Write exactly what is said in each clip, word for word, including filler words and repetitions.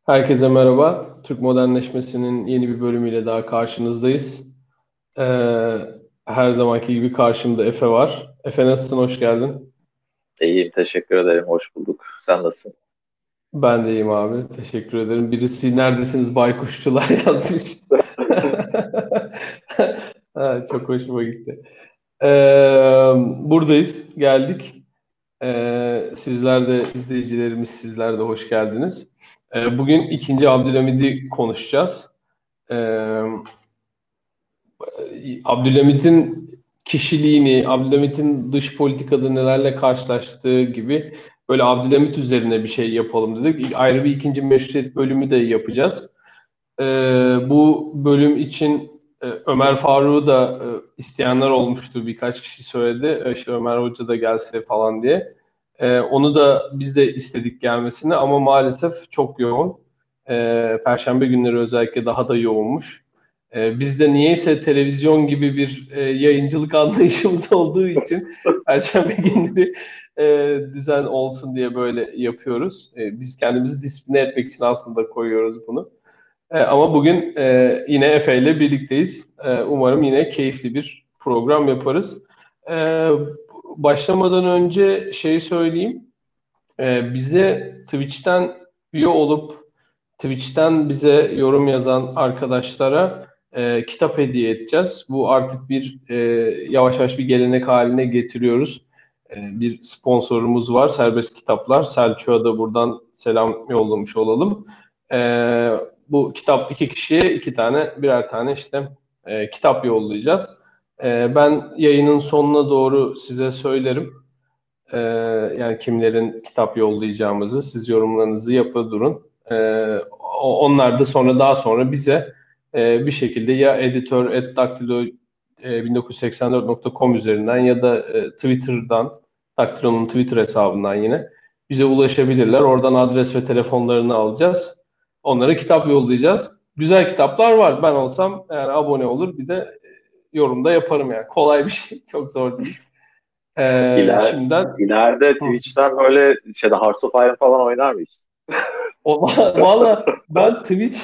Herkese merhaba. Türk Modernleşmesi'nin yeni bir bölümüyle daha karşınızdayız. Ee, Her zamanki gibi karşımda Efe var. Efe nasılsın? Hoş geldin. İyiyim, teşekkür ederim. Hoş bulduk. Sen nasılsın? Ben de iyiyim abi. Teşekkür ederim. Birisi neredesiniz baykuşçular yazmış. Ha, çok hoşuma gitti. Ee, Buradayız. Geldik. Ee, sizler de izleyicilerimiz, sizler de hoş geldiniz. Ee, bugün ikinci Abdülhamid'i konuşacağız. Ee, Abdülhamit'in kişiliğini, Abdülhamit'in dış politikada nelerle karşılaştığı gibi böyle Abdülhamit üzerine bir şey yapalım dedik. Ayrı bir ikinci meşruiyet bölümü de yapacağız. Ee, bu bölüm için e, Ömer Faruk'u da e, isteyenler olmuştu. Birkaç kişi söyledi. E, işte Ömer Hoca da gelse falan diye. E, onu da biz de istedik gelmesini ama maalesef çok yoğun. E, Perşembe günleri özellikle daha da yoğunmuş. E, bizde niyeyse televizyon gibi bir e, yayıncılık anlayışımız olduğu için Perşembe günleri e, düzen olsun diye böyle yapıyoruz. E, biz kendimizi disipline etmek için aslında koyuyoruz bunu. E, ama bugün e, yine Efe ile birlikteyiz. E, umarım yine keyifli bir program yaparız. E, Başlamadan önce şey söyleyeyim. E, bize Twitch'ten üye olup Twitch'ten bize yorum yazan arkadaşlara e, kitap hediye edeceğiz. Bu artık bir e, yavaş yavaş bir gelenek haline getiriyoruz. E, bir sponsorumuz var, Serbest Kitaplar. Selçuk'a da buradan selam yollamış olalım. E, Bu kitap iki kişiye iki tane, birer tane işte e, kitap yollayacağız. E, ben yayının sonuna doğru size söylerim. Ee, Yani kimlerin kitap yollayacağımızı siz yorumlarınızı yapı durun. Ee, Onlar da sonra daha sonra bize e, bir şekilde ya editör et daktilo e, bin dokuz yüz seksen dört nokta com üzerinden ya da e, Twitter'dan Daktilo'nun Twitter hesabından yine bize ulaşabilirler. Oradan adres ve telefonlarını alacağız. Onlara kitap yollayacağız. Güzel kitaplar var. Ben olsam eğer abone olur bir de e, yorumda yaparım yani. Kolay bir şey. Çok zor değil. Ee, İler, şimdiden ileride Hı. Twitch'ten böyle şeyde Hearts of Iron falan oynar mıyız? O, valla ben Twitch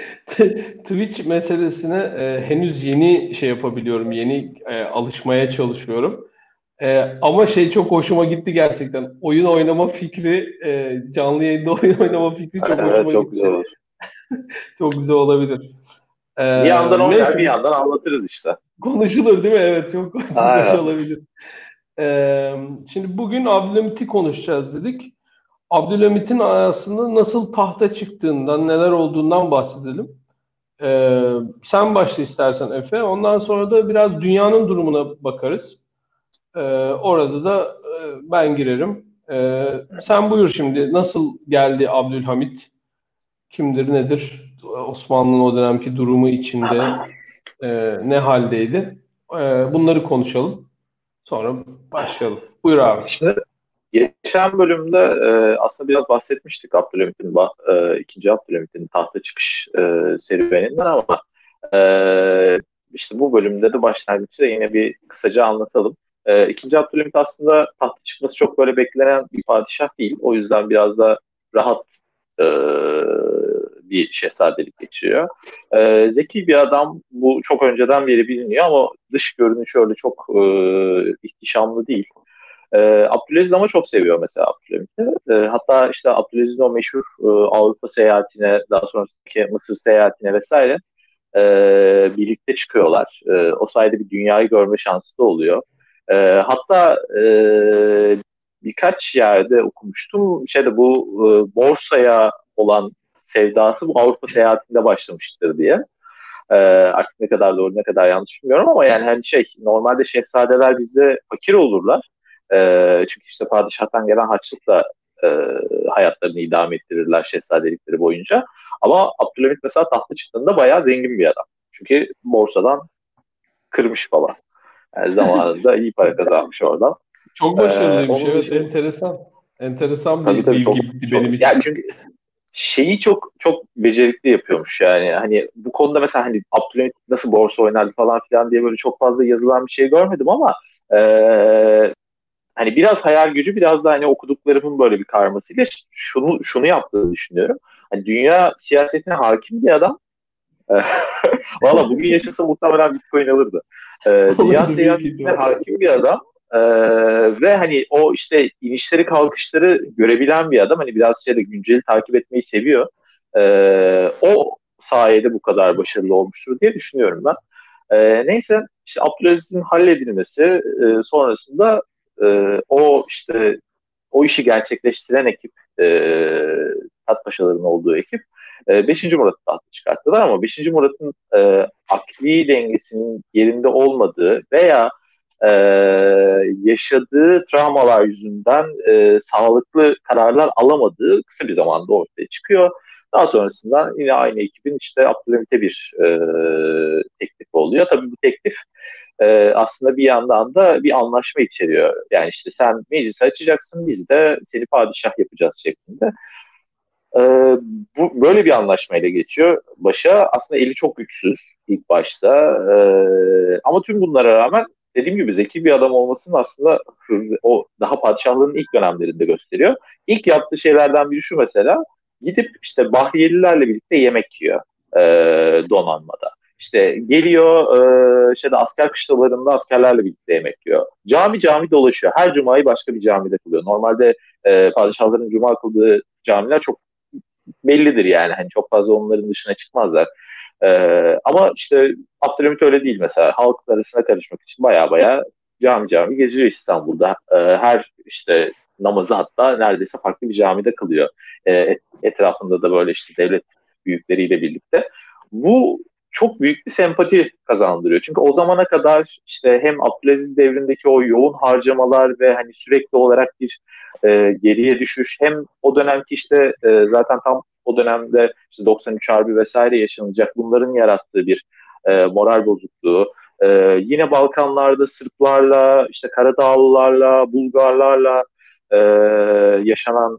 Twitch meselesine e, henüz yeni şey yapabiliyorum. Yeni e, alışmaya çalışıyorum. E, ama şey çok hoşuma gitti gerçekten. Oyun oynama fikri, e, canlı yayında oyun oynama fikri çok Evet, hoşuma çok güzel gitti. olur. Çok güzel olabilir. E, Bir yandan oynar, Neyse bir yandan anlatırız işte. konuşulur değil mi? Evet çok çok hoş Aynen. olabilir. E, Şimdi bugün Abdülhamit'i konuşacağız dedik. Abdülhamit'in aslında nasıl tahta çıktığından, neler olduğundan bahsedelim. Ee, sen başla istersen Efe. Ondan sonra da biraz dünyanın durumuna bakarız. Ee, Orada da e, ben girerim. Ee, sen buyur şimdi. Nasıl geldi Abdülhamit? Kimdir, nedir? Osmanlı'nın o dönemki durumu içinde e, ne haldeydi? Ee, bunları konuşalım. Sonra başlayalım. Buyur abi. Şimdi geçen bölümde e, aslında biraz bahsetmiştik Abdülhamit'in, ba- e, ikinci Abdülhamit'in tahta çıkış e, serüveninden ama e, işte bu bölümde de başlangıçta yine bir kısaca anlatalım. E, ikinci Abdülhamit aslında tahta çıkması çok böyle beklenen bir padişah değil. O yüzden biraz da rahat e, bir şehzadelik geçiriyor. E, zeki bir adam, bu çok önceden beri biliniyor ama dış görünüşü öyle çok e, ihtişamlı değil. E, Abdülaziz ama çok seviyor mesela Abdülhamit'i. E, hatta işte Abdülaziz'in o meşhur e, Avrupa seyahatine, daha sonraki Mısır seyahatine vesaire e, birlikte çıkıyorlar. E, o sayede bir dünyayı görme şansı da oluyor. E, hatta e, birkaç yerde okumuştum. Şeyde bu e, borsaya olan sevdası bu Avrupa seyahatinde başlamıştır diye. E, artık ne kadar doğru ne kadar yanlış bilmiyorum ama yani hani şey, normalde şehzadeler bizde fakir olurlar. E, çünkü işte padişahtan gelen harçlıkla e, hayatlarını idame ettirirler şehzadelikleri boyunca. Ama Abdülhamit mesela tahta çıktığında bayağı zengin bir adam. Çünkü borsadan kırmış falan. Yani zamanında iyi para kazanmış oradan. Çok E, başarılıymış. onun Evet, dışında enteresan. Enteresan tabii bir tabii çok bilgiydi benim çok için. yani çünkü şeyi çok çok becerikli yapıyormuş yani. Hani bu konuda mesela hani Abdülhamit nasıl borsa oynardı falan filan diye böyle çok fazla yazılan bir şey görmedim ama e, hani biraz hayal gücü, biraz da hani okuduklarımın böyle bir karmasıyla şunu şunu yaptığını düşünüyorum. Hani dünya siyasetine hakim bir adam. Valla bugün yaşasa muhtemelen Bitcoin alırdı. Ee, dünya Olurdu büyük siyasetine ihtimal. hakim bir adam. Ee, ve hani o işte inişleri kalkışları görebilen bir adam. Hani biraz şeyde günceli takip etmeyi seviyor. Ee, o sayede bu kadar başarılı olmuştur diye düşünüyorum ben. Ee, neyse işte Abdülaziz'in halledilmesi e, sonrasında e, o işte o işi gerçekleştiren ekip, e, Tat Paşaların olduğu ekip e, beşinci. Murat'ı tahta çıkarttılar ama beşinci. Murat'ın e, akli dengesinin yerinde olmadığı veya e, yaşadığı travmalar yüzünden e, sağlıklı kararlar alamadığı kısa bir zamanda ortaya çıkıyor. Daha sonrasında yine aynı ekibin işte Abdülhamit'e bir e, teklif oluyor. Tabii bu teklif e, aslında bir yandan da bir anlaşma içeriyor. Yani işte sen meclisi açacaksın, biz de seni padişah yapacağız şeklinde. E, bu böyle bir anlaşmayla geçiyor başa. Aslında eli çok güçsüz ilk başta. E, ama tüm bunlara rağmen dediğim gibi zeki bir adam olmasının aslında hızlı, o daha padişahlığın ilk dönemlerinde gösteriyor. İlk yaptığı şeylerden biri şu mesela, gidip işte Bahriyelilerle birlikte yemek yiyor e, donanmada. İşte geliyor e, şeyde asker kışlalarında askerlerle birlikte yemek yiyor. Cami cami dolaşıyor. Her cumayı başka bir camide kılıyor. Normalde e, padişahların cuma kıldığı camiler çok bellidir yani. Hani çok fazla onların dışına çıkmazlar. Ee, ama işte Abdülhamit öyle değil mesela. Halk arasına karışmak için baya baya cami cami geziyor İstanbul'da. Ee, her işte namazı hatta neredeyse farklı bir camide kılıyor. Ee, etrafında da böyle işte devlet büyükleriyle birlikte. Bu çok büyük bir sempati kazandırıyor. Çünkü o zamana kadar işte hem Abdülaziz devrindeki o yoğun harcamalar ve hani sürekli olarak bir e, geriye düşüş, hem o dönemki işte e, zaten tam o dönemde işte doksan üç Harbi vesaire yaşanacak, bunların yarattığı bir e, moral bozukluğu. E, yine Balkanlarda Sırplarla, işte Karadağlılarla, Bulgarlarla e, yaşanan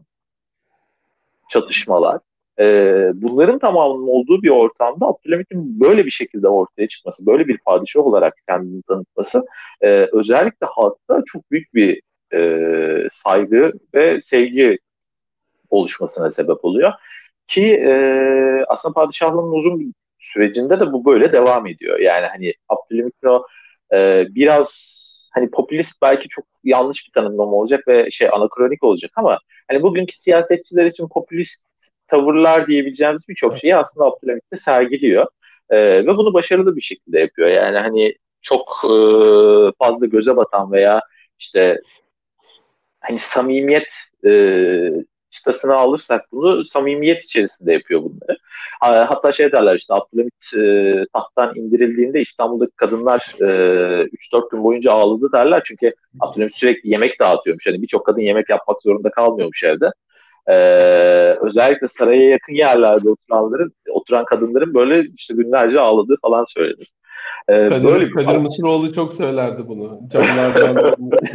çatışmalar. E, bunların tamamının olduğu bir ortamda Abdülhamit'in böyle bir şekilde ortaya çıkması, böyle bir padişah olarak kendini tanıtması e, özellikle halkta çok büyük bir e, saygı ve sevgi oluşmasına sebep oluyor. Ki e, aslında padişahlığın uzun bir sürecinde de bu böyle devam ediyor. Yani hani Abdülhamit'in o e, biraz hani popülist, belki çok yanlış bir tanımlama olacak ve şey anakronik olacak ama hani bugünkü siyasetçiler için popülist tavırlar diyebileceğimiz birçok şeyi aslında Abdülhamit de sergiliyor. E, ve bunu başarılı bir şekilde yapıyor. Yani hani çok e, fazla göze batan veya işte hani samimiyet e, çıtasını alırsak bunu samimiyet içerisinde yapıyor bunları. Hatta şey derler işte Abdülhamit e, tahttan indirildiğinde İstanbul'daki kadınlar e, üç dört gün boyunca ağladı derler. Çünkü Abdülhamit sürekli yemek dağıtıyormuş. Hani birçok kadın yemek yapmak zorunda kalmıyormuş evde. Ee, özellikle saraya yakın yerlerde oturanların, oturan kadınların böyle işte günlerce ağladığı falan söylenir. Ee, böyle Kadir, bir Kadir parça. Mısıroğlu çok söylerdi bunu. Camlardan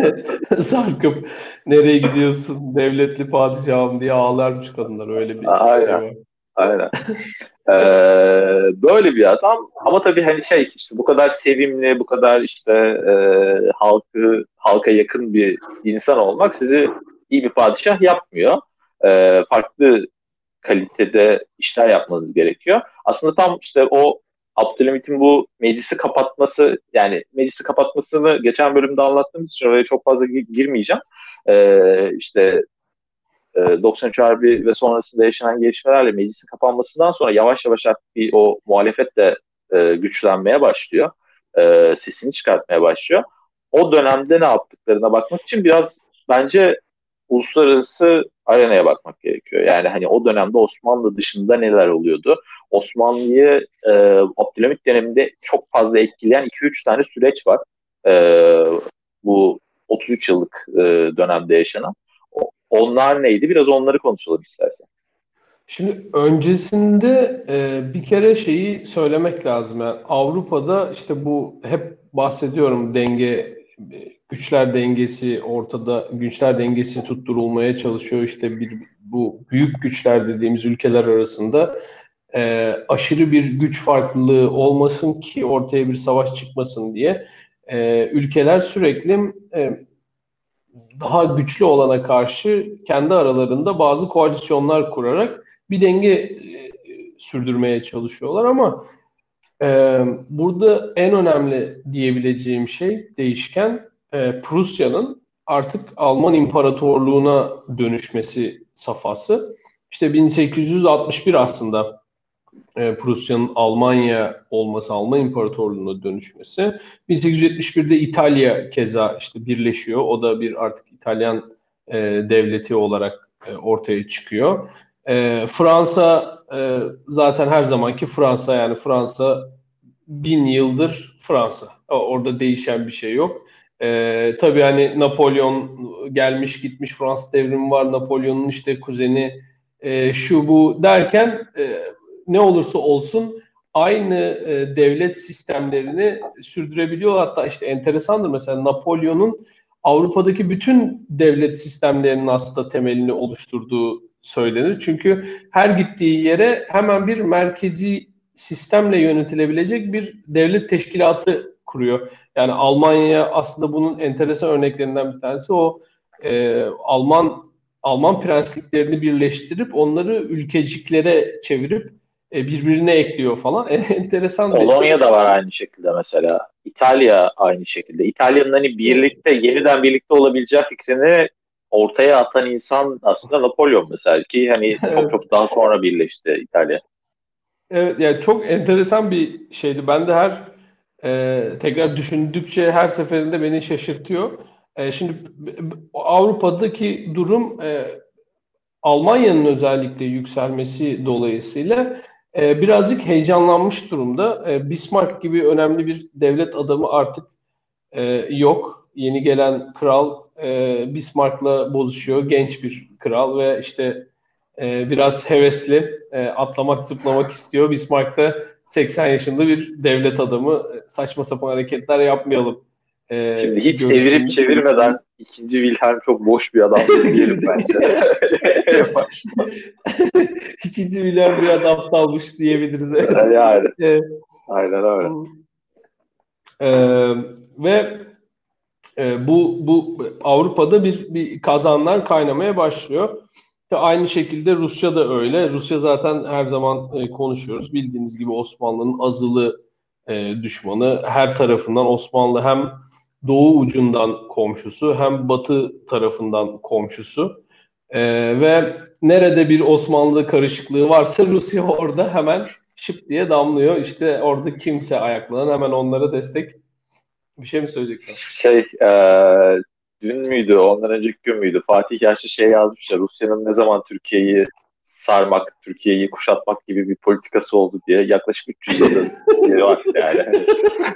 sarkıp nereye gidiyorsun devletli padişahım diye ağlarmış kadınlar. Öyle bir şey Aynen, var. aynen. Ee, böyle bir adam ama tabii hani şey işte bu kadar sevimli, bu kadar işte e, halkı halka yakın bir insan olmak sizi iyi bir padişah yapmıyor. Ee, farklı kalitede işler yapmanız gerekiyor. Aslında tam işte o Abdülhamit'in bu meclisi kapatması, yani meclisi kapatmasını geçen bölümde anlattığımız için oraya çok fazla girmeyeceğim. Ee, işte e, doksan üç Harbi ve sonrasında yaşanan gelişmelerle meclisin kapanmasından sonra yavaş yavaş artık bir o muhalefet de e, güçlenmeye başlıyor. E, sesini çıkartmaya başlıyor. O dönemde ne yaptıklarına bakmak için biraz bence uluslararası arenaya bakmak gerekiyor. Yani hani o dönemde Osmanlı dışında neler oluyordu? Osmanlı'yı e, Abdülhamit döneminde çok fazla etkileyen iki üç tane süreç var. E, bu otuz üç yıllık e, dönemde yaşanan. Onlar neydi? Biraz onları konuşalım istersen. Şimdi öncesinde e, bir kere şeyi söylemek lazım. Yani Avrupa'da işte bu hep bahsediyorum denge, e, güçler dengesi ortada, güçler dengesi tutturulmaya çalışıyor. İşte bir bu büyük güçler dediğimiz ülkeler arasında e, aşırı bir güç farklılığı olmasın ki ortaya bir savaş çıkmasın diye e, ülkeler sürekli e, daha güçlü olana karşı kendi aralarında bazı koalisyonlar kurarak bir denge e, sürdürmeye çalışıyorlar ama e, burada en önemli diyebileceğim şey değişken e, Prusya'nın artık Alman İmparatorluğu'na dönüşmesi safhası. İşte bin sekiz yüz altmış bir aslında e, Prusya'nın Almanya olması, Alman İmparatorluğu'na dönüşmesi. bin sekiz yüz yetmiş birde İtalya keza işte birleşiyor. O da bir artık İtalyan e, devleti olarak e, ortaya çıkıyor. E, Fransa e, zaten her zamanki Fransa, yani Fransa bin yıldır Fransa. Orada değişen bir şey yok. E, tabii hani Napolyon gelmiş gitmiş, Fransız devrimi var, Napolyon'un işte kuzeni e, şu bu derken e, ne olursa olsun aynı e, devlet sistemlerini sürdürebiliyor. Hatta işte enteresandır, mesela Napolyon'un Avrupa'daki bütün devlet sistemlerinin aslında temelini oluşturduğu söylenir. Çünkü her gittiği yere hemen bir merkezi sistemle yönetilebilecek bir devlet teşkilatı kuruyor. Yani Almanya aslında bunun enteresan örneklerinden bir tanesi. O e, Alman Alman prensliklerini birleştirip onları ülkeciklere çevirip e, birbirine ekliyor falan. Enteresan bir... Polonya da var aynı şekilde mesela. İtalya aynı şekilde. İtalya'nın hani birlikte, yeniden birlikte olabileceği fikrini ortaya atan insan aslında Napolyon mesela, ki hani çok Evet. çok daha sonra birleşti İtalya. Evet, yani çok enteresan bir şeydi. Ben de her e, tekrar düşündükçe her seferinde beni şaşırtıyor. E, şimdi b- b- Avrupa'daki durum, e, Almanya'nın özellikle yükselmesi dolayısıyla e, birazcık heyecanlanmış durumda. E, Bismarck gibi önemli bir devlet adamı artık e, yok. Yeni gelen kral e, Bismarck'la bozuşuyor. Genç bir kral ve işte e, biraz hevesli, e, atlamak zıplamak istiyor. Bismarck da seksen yaşında bir devlet adamı. E, saçma sapan hareketler yapmayalım e, Şimdi hiç evirip görüşünde. çevirmeden ikinci Wilhelm çok boş bir adamdı diyelim bence. En başta. İkinci William biraz aptalmış diyebiliriz. Yani E, aynen öyle. e, ve E, bu bu Avrupa'da bir bir kazanlar kaynamaya başlıyor. Ve aynı şekilde Rusya da öyle. Rusya zaten her zaman e, konuşuyoruz. Bildiğiniz gibi Osmanlı'nın azılı e, düşmanı. Her tarafından Osmanlı hem doğu ucundan komşusu hem batı tarafından komşusu. E, ve nerede bir Osmanlı karışıklığı varsa Rusya orada hemen şıp diye damlıyor. İşte orada kimse ayaklanan hemen onlara destek. Bir şey mi söyleyecekler? Şey, e, dün müydü, ondan önceki gün müydü? Fatih Yaşlı şey yazmış ya, Rusya'nın ne zaman Türkiye'yi sarmak, Türkiye'yi kuşatmak gibi bir politikası oldu diye, yaklaşık üç yüz yıldır yeri var yani.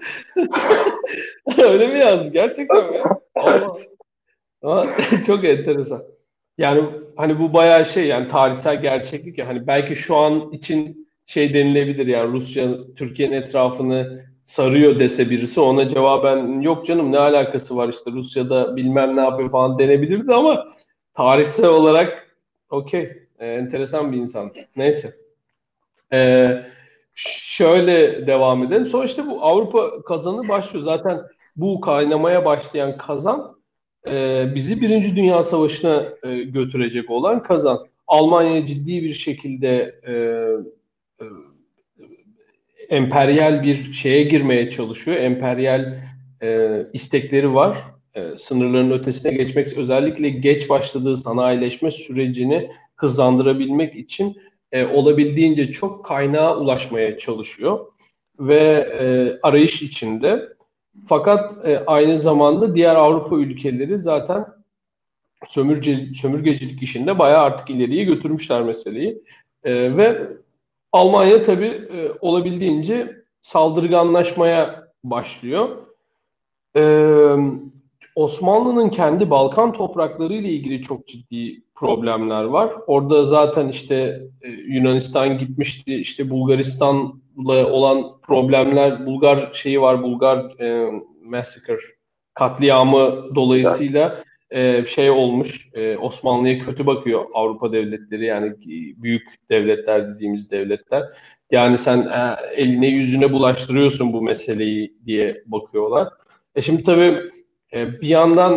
Öyle mi yazdı? Gerçekten mi? Allah. Ama çok enteresan. Yani hani bu bayağı şey, yani tarihsel gerçeklik ya, hani belki şu an için şey denilebilir, yani Rusya Türkiye'nin etrafını sarıyor dese birisi, ona cevaben yok canım ne alakası var, işte Rusya'da bilmem ne yapıyor falan denebilirdi ama tarihsel olarak okey. Ee, enteresan bir insan. Neyse. Ee, şöyle devam edelim. Sonra işte bu Avrupa kazanı başlıyor. Zaten bu kaynamaya başlayan kazan e, bizi Birinci Dünya Savaşı'na e, götürecek olan kazan. Almanya ciddi bir şekilde e, e, emperyal bir şeye girmeye çalışıyor. Emperyal e, istekleri var. E, sınırların ötesine geçmek, özellikle geç başladığı sanayileşme sürecini hızlandırabilmek için e, olabildiğince çok kaynağa ulaşmaya çalışıyor ve e, arayış içinde. Fakat e, aynı zamanda diğer Avrupa ülkeleri zaten sömürce, sömürgecilik işinde bayağı artık ileriye götürmüşler meseleyi. E, ve Almanya tabii e, olabildiğince saldırganlaşmaya başlıyor. Ee, Osmanlı'nın kendi Balkan toprakları ile ilgili çok ciddi problemler var. Orada zaten işte e, Yunanistan gitmişti, işte Bulgaristan'la olan problemler, Bulgar şeyi var, Bulgar e, massacre, katliamı Güzel. dolayısıyla e, şey olmuş, e, Osmanlı'ya kötü bakıyor Avrupa devletleri, yani büyük devletler dediğimiz devletler. Yani sen e, eline yüzüne bulaştırıyorsun bu meseleyi diye bakıyorlar. E şimdi tabii e, bir yandan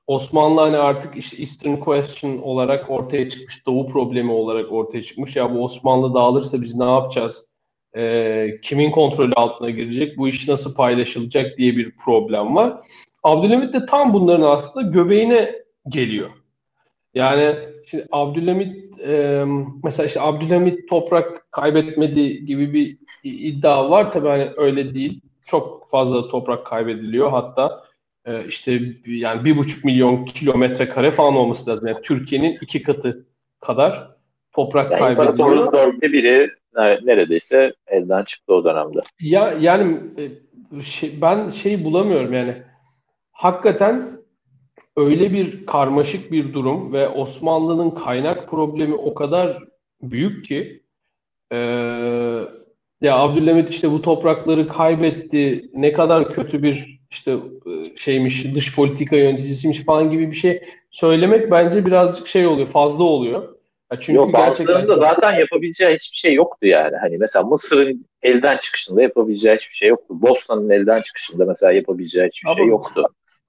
Osmanlı hani artık işte Eastern Question olarak ortaya çıkmış, Doğu problemi olarak ortaya çıkmış. Ya bu Osmanlı dağılırsa biz ne yapacağız? Ee, kimin kontrolü altına girecek? Bu iş nasıl paylaşılacak diye bir problem var. Abdülhamit de tam bunların aslında göbeğine geliyor. Yani şimdi Abdülhamit e, mesela işte Abdülhamit toprak kaybetmedi gibi bir iddia var. Tabii hani öyle değil. Çok fazla toprak kaybediliyor. Hatta e, işte yani bir buçuk milyon kilometre kare falan olması lazım. Yani Türkiye'nin iki katı kadar toprak Yani imparatorluğun kaybediliyor. dörtte biri ne- neredeyse elden çıktı o dönemde. Ya yani e, şey, ben şey bulamıyorum yani. Hakikaten öyle bir karmaşık bir durum ve Osmanlı'nın kaynak problemi o kadar büyük ki e, ya Abdülhamit işte bu toprakları kaybetti, ne kadar kötü bir işte e, şeymiş, dış politika yöneticisiymiş falan gibi bir şey söylemek bence birazcık şey oluyor, fazla oluyor. Ya çünkü Yok, gerçekten bazılarında çok. zaten yapabileceği hiçbir şey yoktu yani. Hani mesela Mısır'ın elden çıkışında yapabileceği hiçbir şey yoktu. Bosna'nın elden çıkışında mesela yapabileceği hiçbir şey Ama yoktu.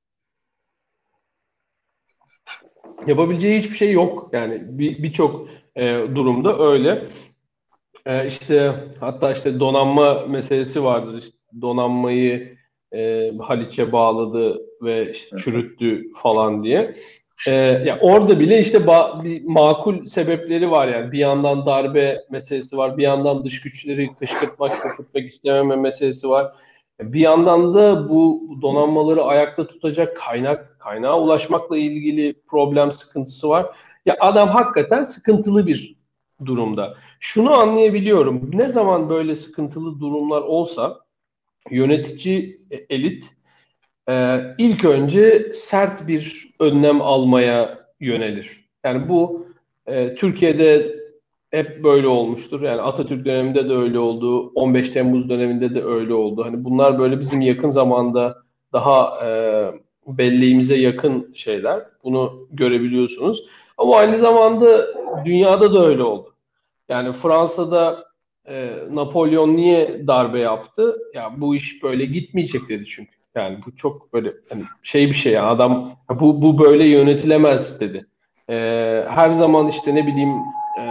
yapabileceği hiçbir şey yok. Yani bir birçok e, durumda öyle. E, işte hatta işte donanma meselesi vardır. İşte donanmayı e, Haliç'e bağladı ve işte Hı hı. çürüttü falan diye. E, ya orada bile işte ba- bir makul sebepleri var yani. Bir yandan darbe meselesi var, bir yandan dış güçleri kışkırtmak, köpürtmek istememe meselesi var. Bir yandan da bu donanmaları ayakta tutacak kaynak, kaynağa ulaşmakla ilgili problem sıkıntısı var. Ya adam hakikaten sıkıntılı bir durumda. Şunu anlayabiliyorum. Ne zaman böyle sıkıntılı durumlar olsa yönetici e, elit e, ilk önce sert bir önlem almaya yönelir. Yani bu e, Türkiye'de hep böyle olmuştur. Yani Atatürk döneminde de öyle oldu. on beş Temmuz döneminde de öyle oldu. Hani bunlar böyle bizim yakın zamanda daha e, belleğimize yakın şeyler. Bunu görebiliyorsunuz. Ama aynı zamanda dünyada da öyle oldu. Yani Fransa'da e, Napolyon niye darbe yaptı? Ya bu iş böyle gitmeyecek dedi çünkü. Yani bu çok böyle hani şey bir şey ya adam bu bu böyle yönetilemez dedi. E, her zaman işte ne bileyim e,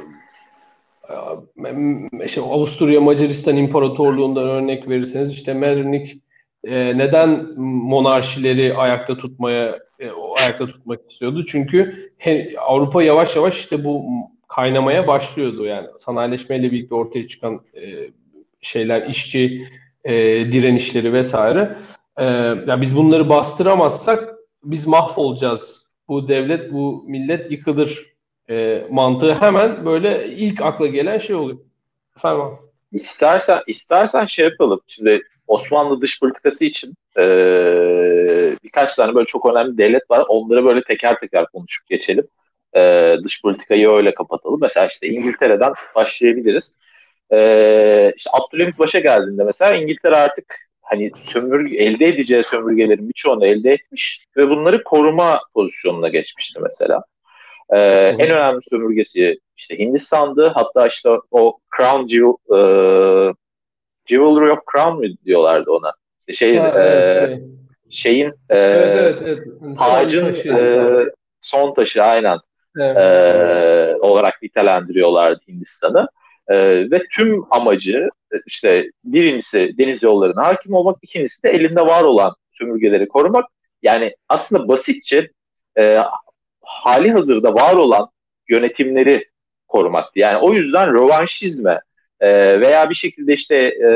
e, işte Avusturya Macaristan İmparatorluğundan örnek verirseniz işte Metternich e, neden monarşileri ayakta tutmaya e, ayakta tutmak istiyordu? Çünkü he, Avrupa yavaş yavaş işte bu kaynamaya başlıyordu yani sanayileşmeyle birlikte ortaya çıkan e, şeyler işçi e, direnişleri vesaire. E, ya biz bunları bastıramazsak biz mahvolacağız. Bu devlet, bu millet yıkılır e, mantığı hemen böyle ilk akla gelen şey oluyor. Efendim abi? İstersen, istersen şey yapalım. Şimdi Osmanlı dış politikası için eee, birkaç tane böyle çok önemli devlet var. Onları böyle teker teker konuşup geçelim. Eee, dış politikayı öyle kapatalım. Mesela işte İngiltere'den başlayabiliriz. Eee işte Abdülhamit Paşa geldiğinde mesela İngiltere artık hani sömürge, elde edeceği sömürgelerin birçoğunu elde etmiş ve bunları koruma pozisyonuna geçmişti mesela. Hı Ee, en hı. önemli sömürgesi işte Hindistan'dı. Hatta işte o Crown Jewel, e, Jewelry of Crown mı diyorlardı ona. İşte şey, Ha, evet, e, şey. şeyin Evet, e, evet, evet. Yani son tacın taşı. e, son taşı aynen e, Evet, evet. olarak nitelendiriyorlardı Hindistan'ı. E, ve tüm amacı e, işte birincisi deniz yollarına hakim olmak, ikincisi de elinde var olan sömürgeleri korumak. Yani aslında basitçe e, hali hazırda var olan yönetimleri korumaktı. Yani o yüzden rövanşizme e, veya bir şekilde işte e,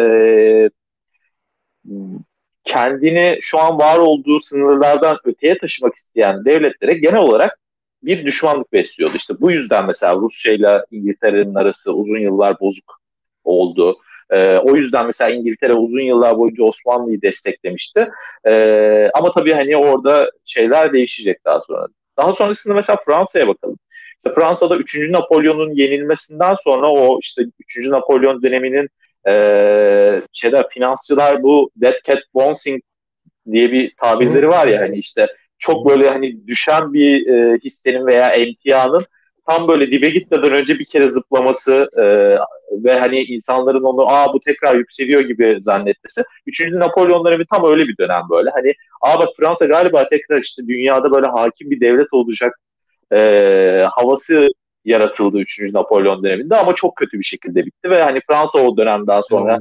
kendini şu an var olduğu sınırlardan öteye taşımak isteyen devletlere genel olarak bir düşmanlık besliyordu. İşte bu yüzden mesela Rusya ile İngiltere'nin arası uzun yıllar bozuk oldu. Ee, o yüzden mesela İngiltere uzun yıllar boyunca Osmanlı'yı desteklemişti. Ee, ama tabii hani orada şeyler değişecek daha sonra. Daha sonrasında mesela Fransa'ya bakalım. İşte Fransa'da üçüncü Napolyon'un yenilmesinden sonra o işte üçüncü Napolyon döneminin e, şeyler finansçılar bu dead cat bouncing diye bir Hı hı. tabirleri var ya hani işte çok böyle hani düşen bir e, hissenin veya emtianın tam böyle dibe gitmeden önce bir kere zıplaması e, ve hani insanların onu aa bu tekrar yükseliyor gibi zannetmesi. Üçüncü Napolyon dönemi tam öyle bir dönem böyle. Hani aa bak Fransa galiba tekrar işte dünyada böyle hakim bir devlet olacak e, havası yaratıldı üçüncü Napolyon döneminde ama çok kötü bir şekilde bitti ve hani Fransa o dönemden sonra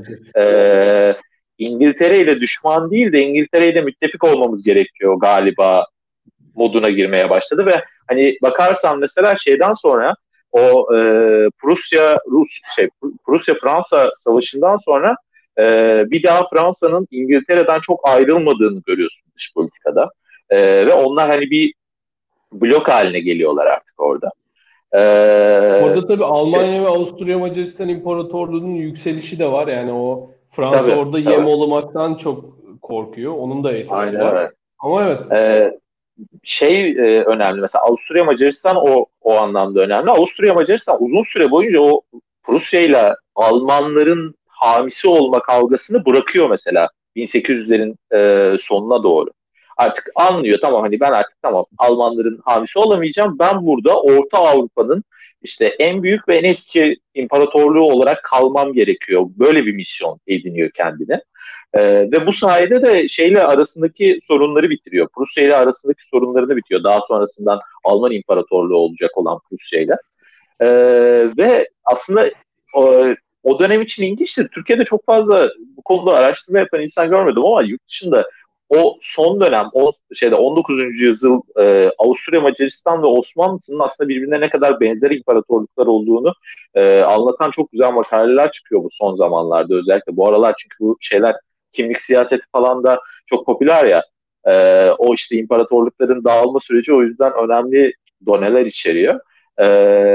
e, İngiltere ile düşman değil de İngiltere ile müttefik olmamız gerekiyor galiba moduna girmeye başladı ve hani bakarsan mesela şeyden sonra o e, Prusya Rus şey Prusya Fransa savaşından sonra e, bir daha Fransa'nın İngiltere'den çok ayrılmadığını görüyorsun dış politikada. E, ve onlar hani bir blok haline geliyorlar artık orada. E, Orada tabii şey, Almanya ve Avusturya Macaristan İmparatorluğu'nun yükselişi de var. Yani o Fransa tabii, orada yem tabii. olmaktan çok korkuyor. Onun da etkisi Aynen var. öyle. Ama evet. E, şey e, önemli mesela Avusturya Macaristan o o anlamda önemli. Avusturya Macaristan uzun süre boyunca o Prusya ile Almanların hamisi olma kavgasını bırakıyor mesela bin sekiz yüzlerin e, sonuna doğru. Artık anlıyor tamam hani ben artık tamam Almanların hamisi olamayacağım. Ben burada Orta Avrupa'nın işte en büyük ve en eski imparatorluğu olarak kalmam gerekiyor. Böyle bir misyon ediniyor kendine. Ee, ve bu sayede de şeyle arasındaki sorunları bitiriyor. Prusya ile arasındaki sorunlarını bitiyor. Daha sonrasından Alman İmparatorluğu olacak olan Prusya ile. Ee, ve aslında o, o dönem için ilginçtir. Türkiye'de çok fazla bu konuda araştırma yapan insan görmedim ama yurt dışında o son dönem o şeyde on dokuzuncu yüzyıl e, Avusturya Macaristan ve Osmanlı'nın aslında birbirine ne kadar benzer imparatorluklar olduğunu e, anlatan çok güzel makaleler çıkıyor bu son zamanlarda özellikle. Bu aralar çünkü bu şeyler kimlik siyaseti falan da çok popüler ya. E, o işte imparatorlukların dağılma süreci o yüzden önemli doneler içeriyor. E,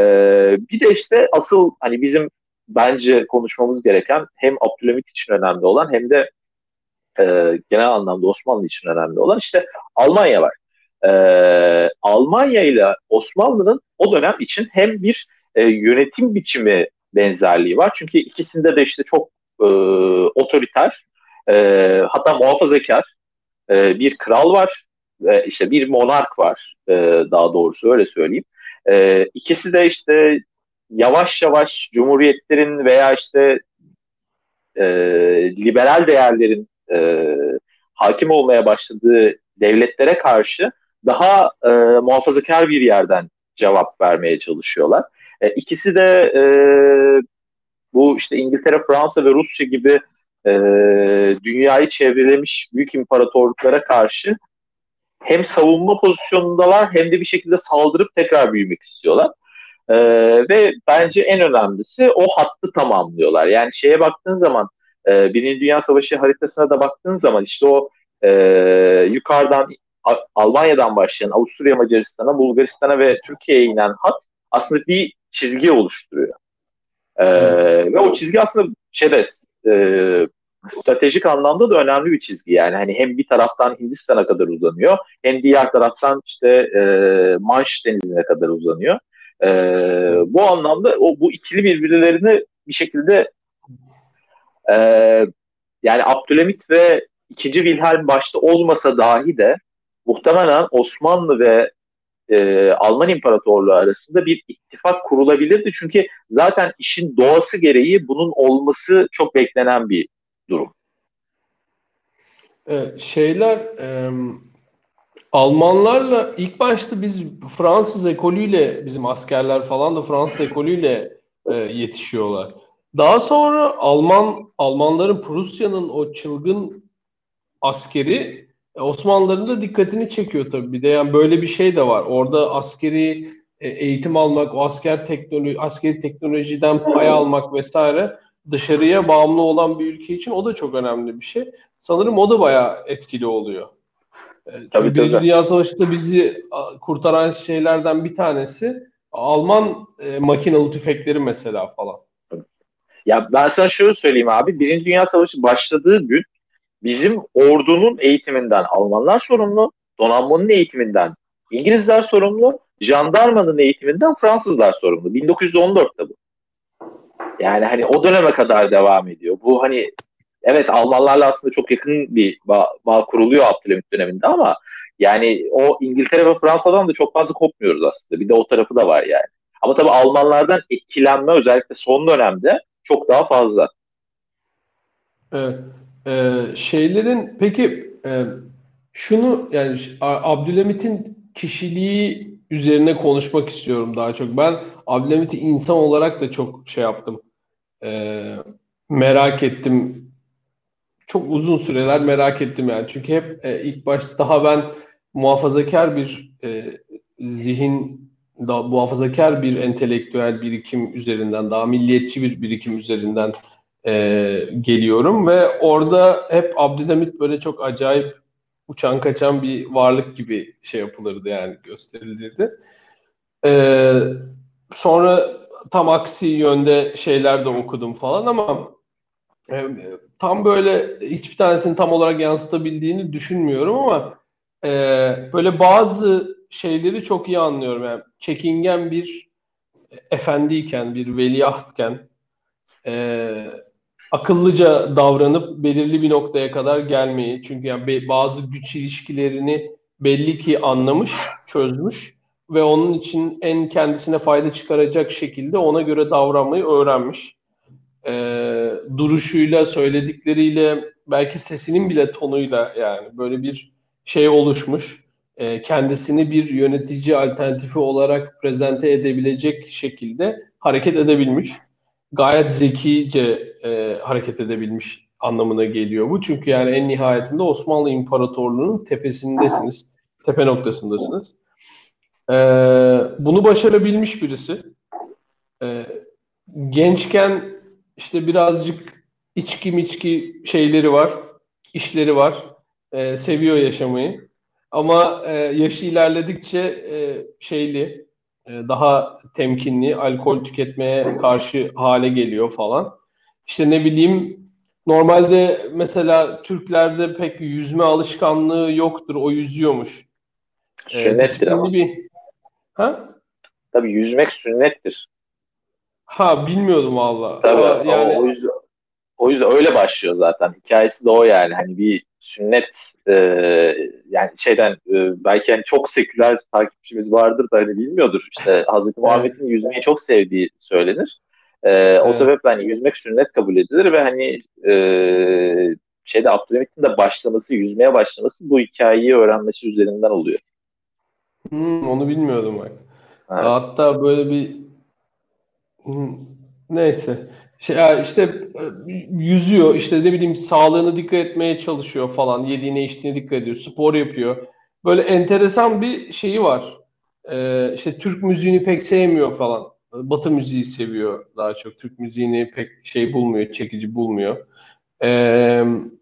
bir de işte asıl hani bizim bence konuşmamız gereken hem Abdülhamit için önemli olan hem de e, genel anlamda Osmanlı için önemli olan işte Almanya var. E, Almanya ile Osmanlı'nın o dönem için hem bir e, yönetim biçimi benzerliği var. Çünkü ikisinde de işte çok e, otoriter, e, hatta muhafazakar e, bir kral var, e, işte bir monark var, e, daha doğrusu öyle söyleyeyim. E, ikisi de işte yavaş yavaş cumhuriyetlerin veya işte e, liberal değerlerin e, hakim olmaya başladığı devletlere karşı daha e, muhafazakar bir yerden cevap vermeye çalışıyorlar. E, ikisi de e, bu işte İngiltere, Fransa ve Rusya gibi e, dünyayı çevrelemiş büyük imparatorluklara karşı hem savunma pozisyonundalar hem de bir şekilde saldırıp tekrar büyümek istiyorlar. Ee, ve bence en önemlisi o hattı tamamlıyorlar. Yani şeye baktığın zaman e, Birinci Dünya Savaşı haritasına da baktığın zaman işte o e, yukarıdan A- Almanya'dan başlayan Avusturya Macaristan'a, Bulgaristan'a ve Türkiye'ye inen hat aslında bir çizgi oluşturuyor. Ee, Evet. ve o çizgi aslında şeyde e, stratejik anlamda da önemli bir çizgi yani hani hem bir taraftan Hindistan'a kadar uzanıyor hem diğer taraftan işte e, Manş Denizi'ne kadar uzanıyor. E, bu anlamda o bu ikili birbirlerini bir şekilde e, yani Abdülhamit ve ikinci Wilhelm başta olmasa dahi de muhtemelen Osmanlı ve e, Alman İmparatorluğu arasında bir ittifak kurulabilirdi. Çünkü zaten işin doğası gereği bunun olması çok beklenen bir durum. Evet, şeyler e, Almanlarla ilk başta biz Fransız ekolüyle bizim askerler falan da Fransız ekolüyle e, yetişiyorlar. Daha sonra Alman Almanların Prusya'nın o çılgın askeri e, Osmanlıların da dikkatini çekiyor tabii. Bir de yani böyle bir şey de var. Orada askeri e, eğitim almak, o asker teknoloji, askeri teknolojiden pay almak vesaire dışarıya bağımlı olan bir ülke için o da çok önemli bir şey. Sanırım o da bayağı etkili oluyor. E, Tabii Çünkü Birinci tabii. Dünya Savaşı'nda bizi a, kurtaran şeylerden bir tanesi Alman e, makinalı tüfekleri mesela falan. Ya ben sana şöyle söyleyeyim abi. Birinci Dünya Savaşı başladığı gün bizim ordunun eğitiminden Almanlar sorumlu, donanmanın eğitiminden İngilizler sorumlu, jandarmanın eğitiminden Fransızlar sorumlu. bin dokuz yüz on dörtte bu. Yani hani o döneme kadar devam ediyor. Bu hani evet Almanlarla aslında çok yakın bir bağ, bağ kuruluyor Abdülhamit döneminde ama yani o İngiltere ve Fransa'dan da çok fazla kopmuyoruz aslında. Bir de o tarafı da var yani. Ama tabii Almanlardan etkilenme özellikle son dönemde çok daha fazla. Evet. Ee, şeylerin peki e, şunu yani ş- A- Abdülhamit'in kişiliği üzerine konuşmak istiyorum daha çok. Ben Abdülhamit'i insan olarak da çok şey yaptım. Ee, merak ettim. Çok uzun süreler merak ettim yani. Çünkü hep e, ilk başta daha ben muhafazakar bir e, zihin, da, muhafazakar bir entelektüel birikim üzerinden, daha milliyetçi bir birikim üzerinden e, geliyorum ve orada hep Abdülhamit böyle çok acayip uçan kaçan bir varlık gibi şey yapılırdı yani gösterilirdi. E, sonra tam aksi yönde şeyler de okudum falan ama e, tam böyle hiçbir tanesini tam olarak yansıtabildiğini düşünmüyorum ama e, böyle bazı şeyleri çok iyi anlıyorum. Yani çekingen bir efendiyken, bir veliahtken e, akıllıca davranıp belirli bir noktaya kadar gelmeyi. Çünkü yani be- bazı güç ilişkilerini belli ki anlamış, çözmüş ve onun için en kendisine fayda çıkaracak şekilde ona göre davranmayı öğrenmiş. E, duruşuyla, söyledikleriyle, belki sesinin bile tonuyla yani böyle bir şey oluşmuş. E, kendisini bir yönetici alternatifi olarak prezente edebilecek şekilde hareket edebilmiş. Gayet zekice e, hareket edebilmiş anlamına geliyor bu. Çünkü yani en nihayetinde Osmanlı İmparatorluğu'nun tepesindesiniz. Tepe noktasındasınız. E, bunu başarabilmiş birisi. E, gençken işte birazcık içki miçki şeyleri var, işleri var. Ee, seviyor yaşamayı. Ama e, yaşı ilerledikçe e, şeyli, e, daha temkinli, alkol tüketmeye karşı hale geliyor falan. İşte ne bileyim, normalde mesela Türklerde pek yüzme alışkanlığı yoktur. O yüzüyormuş. E, Sünnettir ama. disiplinli bir... Ha? Tabii yüzmek sünnettir. Ha, bilmiyordum valla. Tabii Aa, o, yani o yüzden o yüzden öyle başlıyor zaten. Hikayesi de o yani. Hani bir sünnet e, yani şeyden e, belki hani çok seküler takipçimiz vardır da hani bilmiyordur. İşte Hazreti evet, Muhammed'in yüzmeyi çok sevdiği söylenir. E, o evet. sebeple hani yüzmek sünnet kabul edilir ve hani e, şeyde Abdülhamit'in de başlaması, yüzmeye başlaması bu hikayeyi öğrenmesi üzerinden oluyor. Hmm, onu bilmiyordum bak. Evet. Hatta böyle bir hmm, neyse. Şey, ya işte e, yüzüyor, işte ne bileyim sağlığına dikkat etmeye çalışıyor falan. Yediğine içtiğine dikkat ediyor. Spor yapıyor. Böyle enteresan bir şeyi var. Ee, işte Türk müziğini pek sevmiyor falan. Batı müziği seviyor daha çok. Türk müziğini pek şey bulmuyor, çekici bulmuyor. Ee,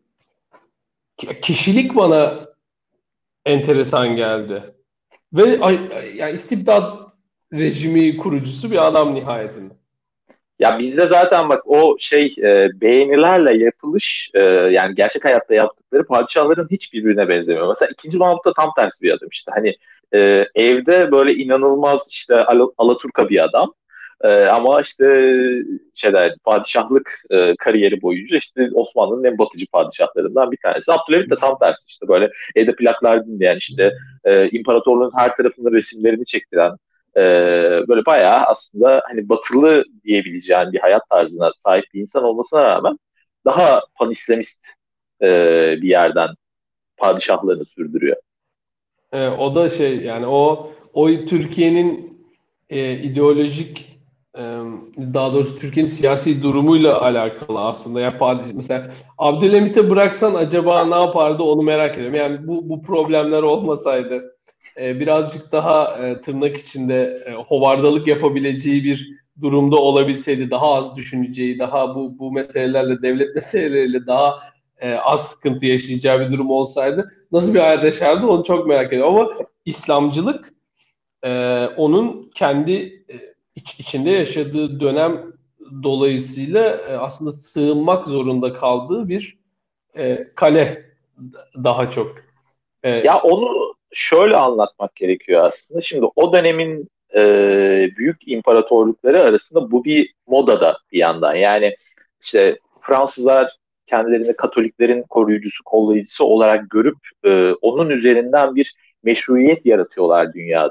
kişilik bana enteresan geldi. Ve ay- ay- yani istibdat rejimi kurucusu bir adam nihayetinde. Ya bizde zaten bak o şey e, beğenilerle yapılış e, yani gerçek hayatta yaptıkları padişahların hiç birbirine benzemiyor. Mesela ikinci Mahmut da tam tersi bir adam işte. Hani e, evde böyle inanılmaz işte Al Alaturka bir adam. E, ama işte şeyler padişahlık e, kariyeri boyunca işte Osmanlı'nın en batıcı padişahlarından bir tanesi. Abdülhamit de tam tersi işte böyle evde plaklar dinleyen işte e, imparatorluğun her tarafının resimlerini çektiren ee, böyle bayağı aslında hani batılı diyebileceğin bir hayat tarzına sahip bir insan olmasına rağmen daha panislamist e, bir yerden padişahlığını sürdürüyor. E, o da şey yani o o Türkiye'nin e, ideolojik e, daha doğrusu Türkiye'nin siyasi durumuyla alakalı aslında. Ya padişah, mesela Abdülhamit'e bıraksan acaba ne yapardı onu merak ediyorum. Yani bu bu problemler olmasaydı e, birazcık daha e, tırnak içinde e, hovardalık yapabileceği bir durumda olabilseydi, daha az düşüneceği, daha bu bu meselelerle, devlet meseleleriyle daha e, az sıkıntı yaşayacağı bir durum olsaydı nasıl bir hayat yaşardı onu çok merak ediyorum. Ama İslamcılık e, onun kendi e, iç, içinde yaşadığı dönem dolayısıyla e, aslında sığınmak zorunda kaldığı bir e, kale daha çok. E, Ya onu şöyle anlatmak gerekiyor aslında. Şimdi o dönemin e, büyük imparatorlukları arasında bu bir moda da bir yandan. Yani işte Fransızlar kendilerini Katoliklerin koruyucusu, kollayıcısı olarak görüp e, onun üzerinden bir meşruiyet yaratıyorlar dünyada.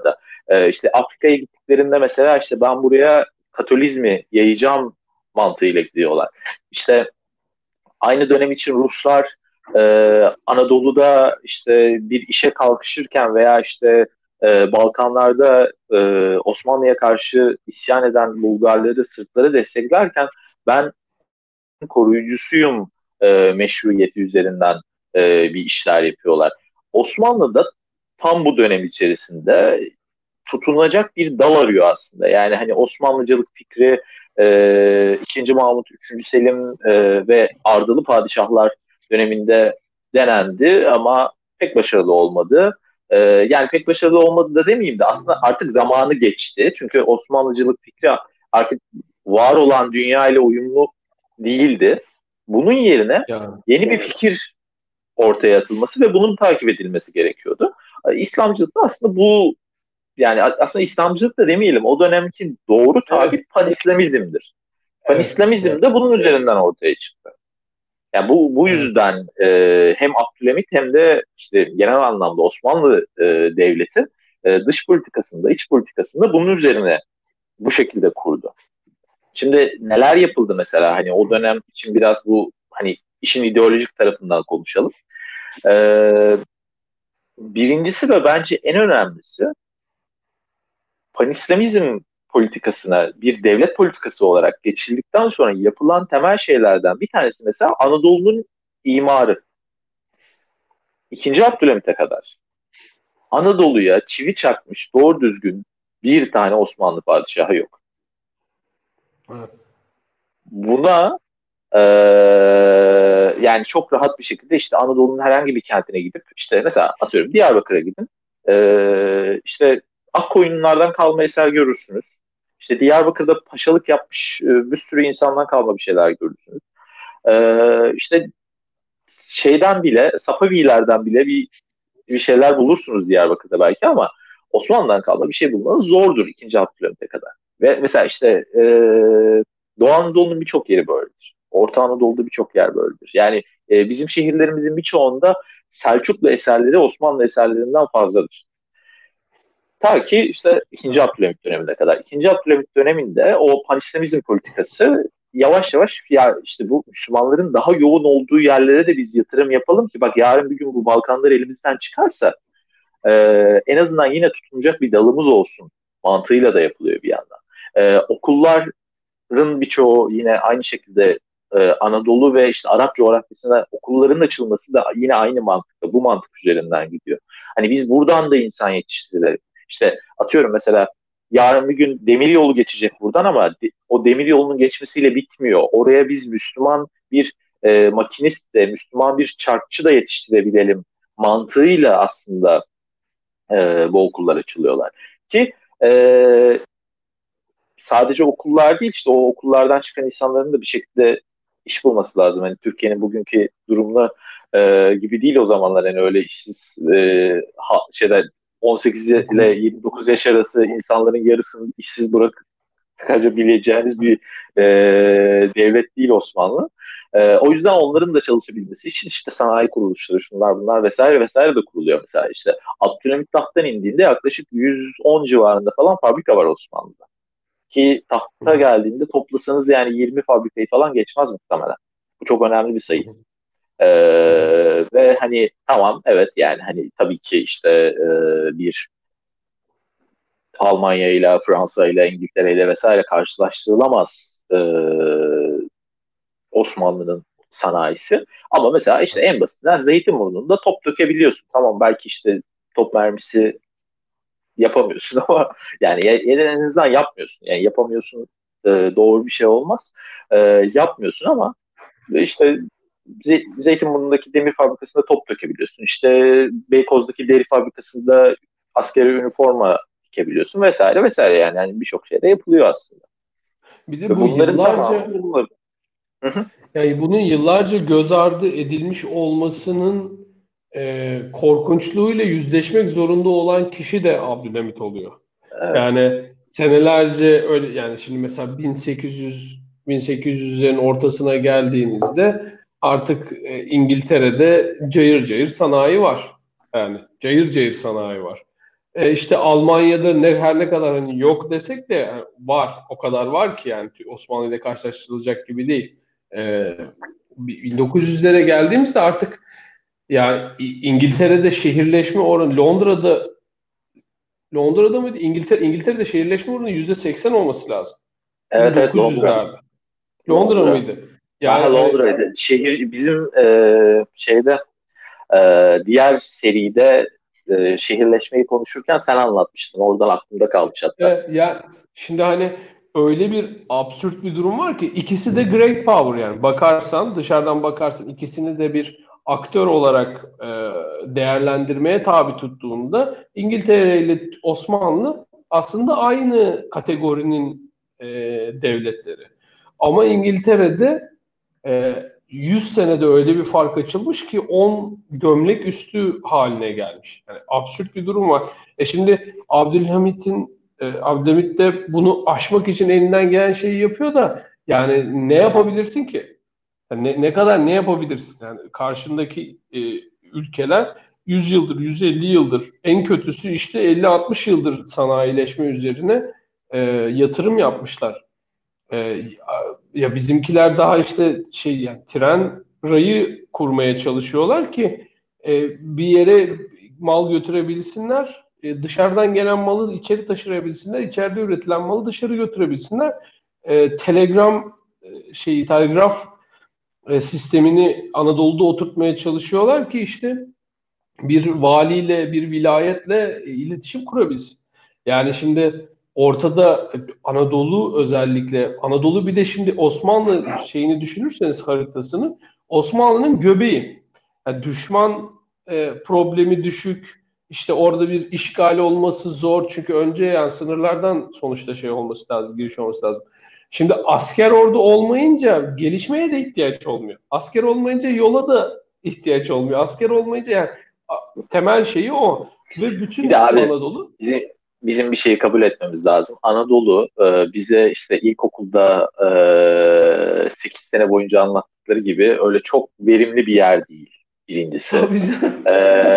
E, işte Afrika'ya gittiklerinde mesela işte ben buraya Katolizmi yayacağım mantığıyla gidiyorlar. İşte aynı dönem için Ruslar e, Anadolu'da işte bir işe kalkışırken veya işte e, Balkanlarda e, Osmanlı'ya karşı isyan eden Bulgarları, Sırpları desteklerken ben koruyucusuyum e, meşruiyeti üzerinden e, bir işler yapıyorlar. Osmanlı'da tam bu dönem içerisinde tutunacak bir dal arıyor aslında. Yani hani Osmanlıcılık fikri e, ikinci. Mahmut, üçüncü. Selim e, ve Ardalı padişahlar döneminde denendi ama pek başarılı olmadı. E, yani pek başarılı olmadı da demeyeyim de aslında artık zamanı geçti. Çünkü Osmanlıcılık fikri artık var olan dünya ile uyumlu değildi. Bunun yerine Yani, yeni bir fikir ortaya atılması ve bunun takip edilmesi gerekiyordu. İslamcılık da aslında bu, yani aslında İslamcılık da demeyelim, o dönemki doğru evet, tabir Panislamizmdir. evet, evet. Panislamizm de bunun üzerinden ortaya çıktı. Yani bu bu Evet. yüzden e, hem Abdülhamit hem de işte genel anlamda Osmanlı e, devleti e, dış politikasında, iç politikasında bunun üzerine bu şekilde kurdu. Şimdi neler yapıldı mesela, hani o dönem için biraz bu hani işin ideolojik tarafından konuşalım. Ee, Birincisi ve bence en önemlisi, Panislamizm politikasına bir devlet politikası olarak geçildikten sonra yapılan temel şeylerden bir tanesi mesela Anadolu'nun imarı. İkinci Abdülhamit'e kadar Anadolu'ya çivi çakmış doğru düzgün bir tane Osmanlı padişahı yok. Evet. Buna Ee, yani çok rahat bir şekilde işte Anadolu'nun herhangi bir kentine gidip işte mesela atıyorum Diyarbakır'a gidin. Ee, işte Akkoyunlulardan kalma eser görürsünüz. İşte Diyarbakır'da paşalık yapmış e, bir sürü insandan kalma bir şeyler görürsünüz. Ee, işte şeyden bile, Safavilerden bile bir, bir şeyler bulursunuz Diyarbakır'da belki ama Osmanlı'dan kalma bir şey bulmanız zordur ikinci Abdülhamit'e kadar. Ve mesela işte e, Doğu Anadolu'nun birçok yeri böyledir. Orta Anadolu'da birçok yer böyledir. Yani e, bizim şehirlerimizin birçoğunda Selçuklu eserleri Osmanlı eserlerinden fazladır. Ta ki işte ikinci. Evet. Abdülhamit dönemine kadar. ikinci. Abdülhamit döneminde o panislamizm politikası yavaş yavaş, ya işte bu Müslümanların daha yoğun olduğu yerlere de biz yatırım yapalım ki bak yarın bir gün bu Balkanlar elimizden çıkarsa e, en azından yine tutunacak bir dalımız olsun mantığıyla da yapılıyor bir yandan. E, okulların birçoğu yine aynı şekilde e, Anadolu ve işte Arap coğrafyasına okulların açılması da yine aynı mantıkta, bu mantık üzerinden gidiyor. Hani biz buradan da insan yetiştirelim. İşte atıyorum mesela yarın bir gün demir yolu geçecek buradan ama de, o demir yolunun geçmesiyle bitmiyor. Oraya biz Müslüman bir e, makinist de, Müslüman bir çarkçı da yetiştirebilelim mantığıyla aslında e, bu okullar açılıyorlar. Ki e, sadece okullar değil, işte o okullardan çıkan insanların da bir şekilde iş bulması lazım. Hani Türkiye'nin bugünkü durumuna e, gibi değil o zamanlar, yani öyle işsiz e, ha, şeyler on sekiz ile Okumuş. yirmi dokuz yaş arası insanların yarısını işsiz bırakıp çıkarabileceğiniz bir e, devlet değil Osmanlı. E, o yüzden onların da çalışabilmesi için işte sanayi kuruluşları, şunlar bunlar vesaire vesaire de kuruluyor. Mesela işte Abdülhamit tahttan indiğinde yaklaşık yüz on civarında falan fabrika var Osmanlı'da. Ki Hı tahta hı. geldiğinde toplasanız yani yirmi fabrikayı falan geçmez muhtemelen. Bu çok önemli bir Hı sayı. hı. Ee, Hı hı. Ve hani tamam, evet, yani hani tabii ki işte e, bir Almanya ile Fransa ile İngiltere ile vesaire karşılaştırılamaz e, Osmanlı'nın sanayisi. Ama mesela işte en basitinden Zeytinburnu'nda top dökebiliyorsun. Tamam, belki işte top mermisi yapamıyorsun ama yani en azından yapmıyorsun. Yani yapamıyorsun, e, doğru bir şey olmaz. E, yapmıyorsun ama işte Ze- Zeytinburnu'ndaki demir fabrikasında top dökebiliyorsun. İşte Beykoz'daki deri fabrikasında askeri üniforma dikebiliyorsun vesaire vesaire, yani, yani birçok şey de yapılıyor aslında. Bir de Ve bu bunların tamamı yıllarca bunlar. Hı hı. yani bunun yıllarca göz ardı edilmiş olmasının e, korkunçluğuyla yüzleşmek zorunda olan kişi de Abdülhamit oluyor. Evet. Yani senelerce öyle, yani şimdi mesela bin sekiz yüz bin sekiz yüzlerin ortasına geldiğinizde artık e, İngiltere'de cayır cayır sanayi var. Yani cayır cayır sanayi var. E, işte Almanya'da ne, her ne kadar hani yok desek de yani var. O kadar var ki yani Osmanlı ile karşılaştırılacak gibi değil. E, bin dokuz yüzlere geldiğimizde artık yani İngiltere'de şehirleşme oranı Londra'da Londra'da mıydı? İngiltere İngiltere'de şehirleşme oranı yüzde seksen olması lazım. Evet evet, Londra. bin dokuz yüzlerde. Londra Londra. mıydı? Yani Aha, hani Londra'ydı. Şehir bizim e, şeyde e, diğer seride e, şehirleşmeyi konuşurken sen anlatmıştın. Oradan aklımda kalmış hatta. evet, ya şimdi hani öyle bir absürt bir durum var ki ikisi de great power yani bakarsan dışarıdan bakarsan ikisini de bir aktör olarak e, değerlendirmeye tabi tuttuğunda İngiltere ile Osmanlı aslında aynı kategorinin e, devletleri. Ama İngiltere'de e, yüz senede öyle bir fark açılmış ki on gömlek üstü haline gelmiş. Yani absürt bir durum var. E şimdi Abdülhamit'in e, Abdülhamit de bunu aşmak için elinden gelen şeyi yapıyor da yani ne yapabilirsin ki? Yani ne, ne kadar ne yapabilirsin? Yani karşındaki e, ülkeler yüz yıldır, yüz elli yıldır en kötüsü işte elli altmış yıldır sanayileşme üzerine e, yatırım yapmışlar. Ee, ya bizimkiler daha işte şey yani tren rayı kurmaya çalışıyorlar ki e, bir yere mal götürebilsinler, e, dışarıdan gelen malı içeri taşırabilsinler, içeride üretilen malı dışarı götürebilsinler. E, telegram e, şeyi telgraf e, sistemini Anadolu'da oturtmaya çalışıyorlar ki işte bir valiyle, bir vilayetle e, iletişim kurabilsin. Yani şimdi ortada Anadolu özellikle, Anadolu bir de şimdi Osmanlı şeyini düşünürseniz haritasını, Osmanlı'nın göbeği. Yani düşman e, problemi düşük, işte orada bir işgal olması zor çünkü önce yani sınırlardan sonuçta şey olması lazım, giriş olması lazım. Şimdi asker orada olmayınca gelişmeye de ihtiyaç olmuyor. Asker olmayınca yola da ihtiyaç olmuyor. Asker olmayınca yani temel şeyi o. Ve Bir de bütün abi Anadolu bizim, bizim bir şeyi kabul etmemiz lazım. Anadolu e, bize işte ilkokulda e, sekiz sene boyunca anlattıkları gibi öyle çok verimli bir yer değil birincisi. abi E,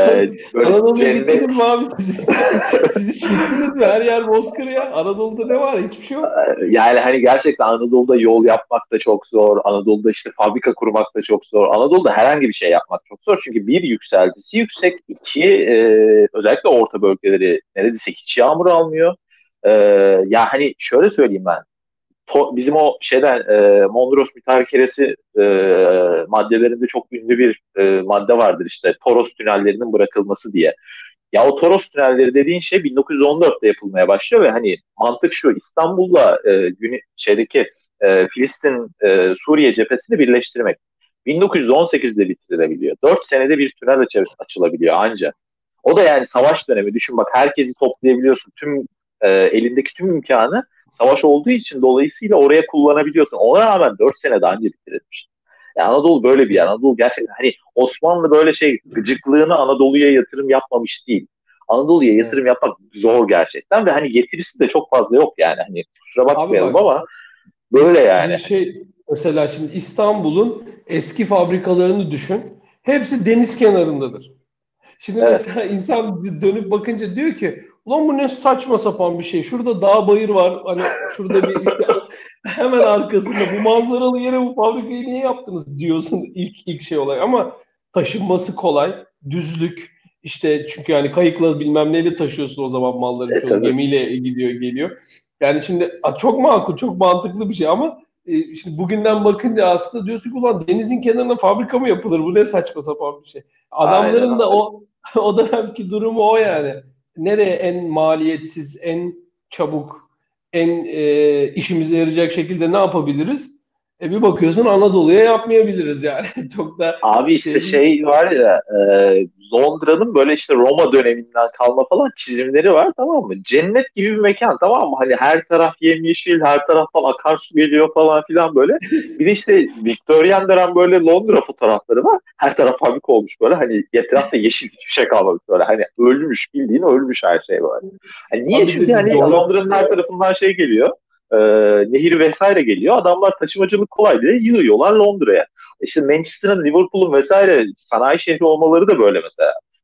Böyle Anadolu'ya cennet. gittiniz mi abi siz? Siz hiç gittiniz mi? Her yer bozkır ya. Anadolu'da ne var? Hiçbir şey yok. Yani hani gerçekten Anadolu'da yol yapmak da çok zor. Anadolu'da işte fabrika kurmak da çok zor. Anadolu'da herhangi bir şey yapmak çok zor. Çünkü bir yükseltisi yüksek. İki e, özellikle orta bölgeleri neredeyse hiç yağmur almıyor. E, Ya hani şöyle söyleyeyim ben. To, bizim o şeyden e, Mondros mütarekeresi e, maddelerinde çok ünlü bir e, madde vardır işte Toros tünellerinin bırakılması diye. Ya o Toros tünelleri dediğin şey bin dokuz yüz on dörtte yapılmaya başlıyor ve hani mantık şu İstanbul'la e, günü, şeydeki e, Filistin e, Suriye cephesini birleştirmek. bin dokuz yüz on sekizde bitirilebiliyor. Dört senede bir tünel aç- açılabiliyor anca. O da yani savaş dönemi. Düşün bak herkesi toplayabiliyorsun. Tüm e, elindeki tüm imkanı savaş olduğu için dolayısıyla oraya kullanabiliyorsun. Ona rağmen dört senede anca bitirilmiş. Yani Anadolu böyle bir yer. Anadolu gerçekten hani Osmanlı böyle şey gıcıklığını Anadolu'ya yatırım yapmamış değil. Anadolu'ya Evet. yatırım yapmak zor gerçekten ve hani getirisi de çok fazla yok yani. Hani kusura Abi bakmayalım bak ama bir, böyle yani. bir şey mesela şimdi İstanbul'un eski fabrikalarını düşün. Hepsi deniz kenarındadır. Şimdi Evet. mesela insan dönüp bakınca diyor ki ulan bu ne saçma sapan bir şey. Şurada dağ bayır var. Hani şurada bir işte hemen arkasında bu manzaralı yere bu fabrikayı niye yaptınız diyorsun ilk ilk şey olarak. Ama taşınması kolay. Düzlük işte çünkü yani kayıkla bilmem neyle taşıyorsun o zaman malların E, çoğunu. tabii. Gemiyle gidiyor geliyor. Yani şimdi çok makul, çok mantıklı bir şey ama e, şimdi bugünden bakınca aslında diyorsun ki ulan denizin kenarına fabrika mı yapılır? Bu ne saçma sapan bir şey. Aynen Adamların da öyle. o o dönemki durumu o yani. Nereye en maliyetsiz, en çabuk, en e, işimize yarayacak şekilde ne yapabiliriz? E bir bakıyorsun Anadolu'ya yapmayabiliriz yani. Çok da Abi işte şey değil. şey var ya e, Londra'nın böyle işte Roma döneminden kalma falan çizimleri var, tamam mı? Cennet gibi bir mekan, tamam mı? Hani her taraf yemyeşil, her taraftan akarsu geliyor falan filan böyle. Bir de işte Victorian dönem böyle Londra fotoğrafları var. Her taraf fabrika olmuş böyle. Hani etrafta yeşil hiçbir şey kalmamış böyle. Hani ölmüş, bildiğin ölmüş her şey böyle. Hani niye? Abi Çünkü de hani coğrafya Londra'nın her tarafından şey geliyor. E, Nehir vesaire geliyor. Adamlar taşımacılık kolay diye yığıyorlar Londra'ya. İşte Manchester'ın, Liverpool'un vesaire sanayi şehri olmaları da böyle mesela.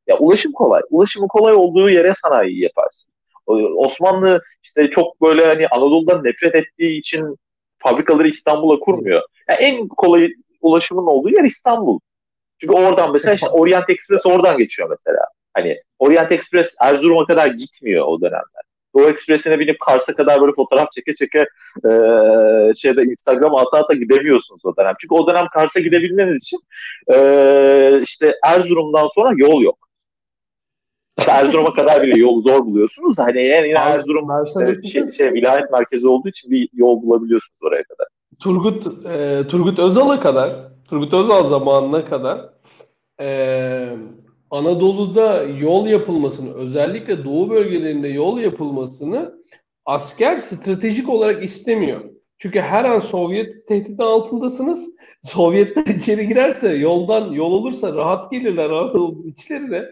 Ya ulaşım kolay. Ulaşımın kolay olduğu yere sanayi yaparsın. Osmanlı işte çok böyle hani Anadolu'dan nefret ettiği için fabrikaları İstanbul'a kurmuyor. Yani en kolay ulaşımın olduğu yer İstanbul. Çünkü oradan mesela işte Orient Express oradan geçiyor mesela. Hani Orient Express Erzurum'a kadar gitmiyor o dönemler. Doğu Ekspresi'ne binip Kars'a kadar böyle fotoğraf çeke çeke e, şeyde Instagram ata ata gidemiyorsunuz o dönem. Çünkü o dönem Kars'a gidebilmeniz için e, işte Erzurum'dan sonra yol yok. İşte Erzurum'a kadar bile yolu zor buluyorsunuz. Hani yani yine Abi Erzurum ben sana işte bir şey şey, diyeyim. şey vilayet merkezi olduğu için bir yol bulabiliyorsunuz oraya kadar. Turgut e, Turgut Özal'a kadar, Turgut Özal zamanına kadar e, Anadolu'da yol yapılmasını, özellikle Doğu bölgelerinde yol yapılmasını asker stratejik olarak istemiyor. Çünkü her an Sovyet tehdidi altındasınız. Sovyetler içeri girerse, yoldan yol olursa rahat gelirler Anadolu'nun içlerine.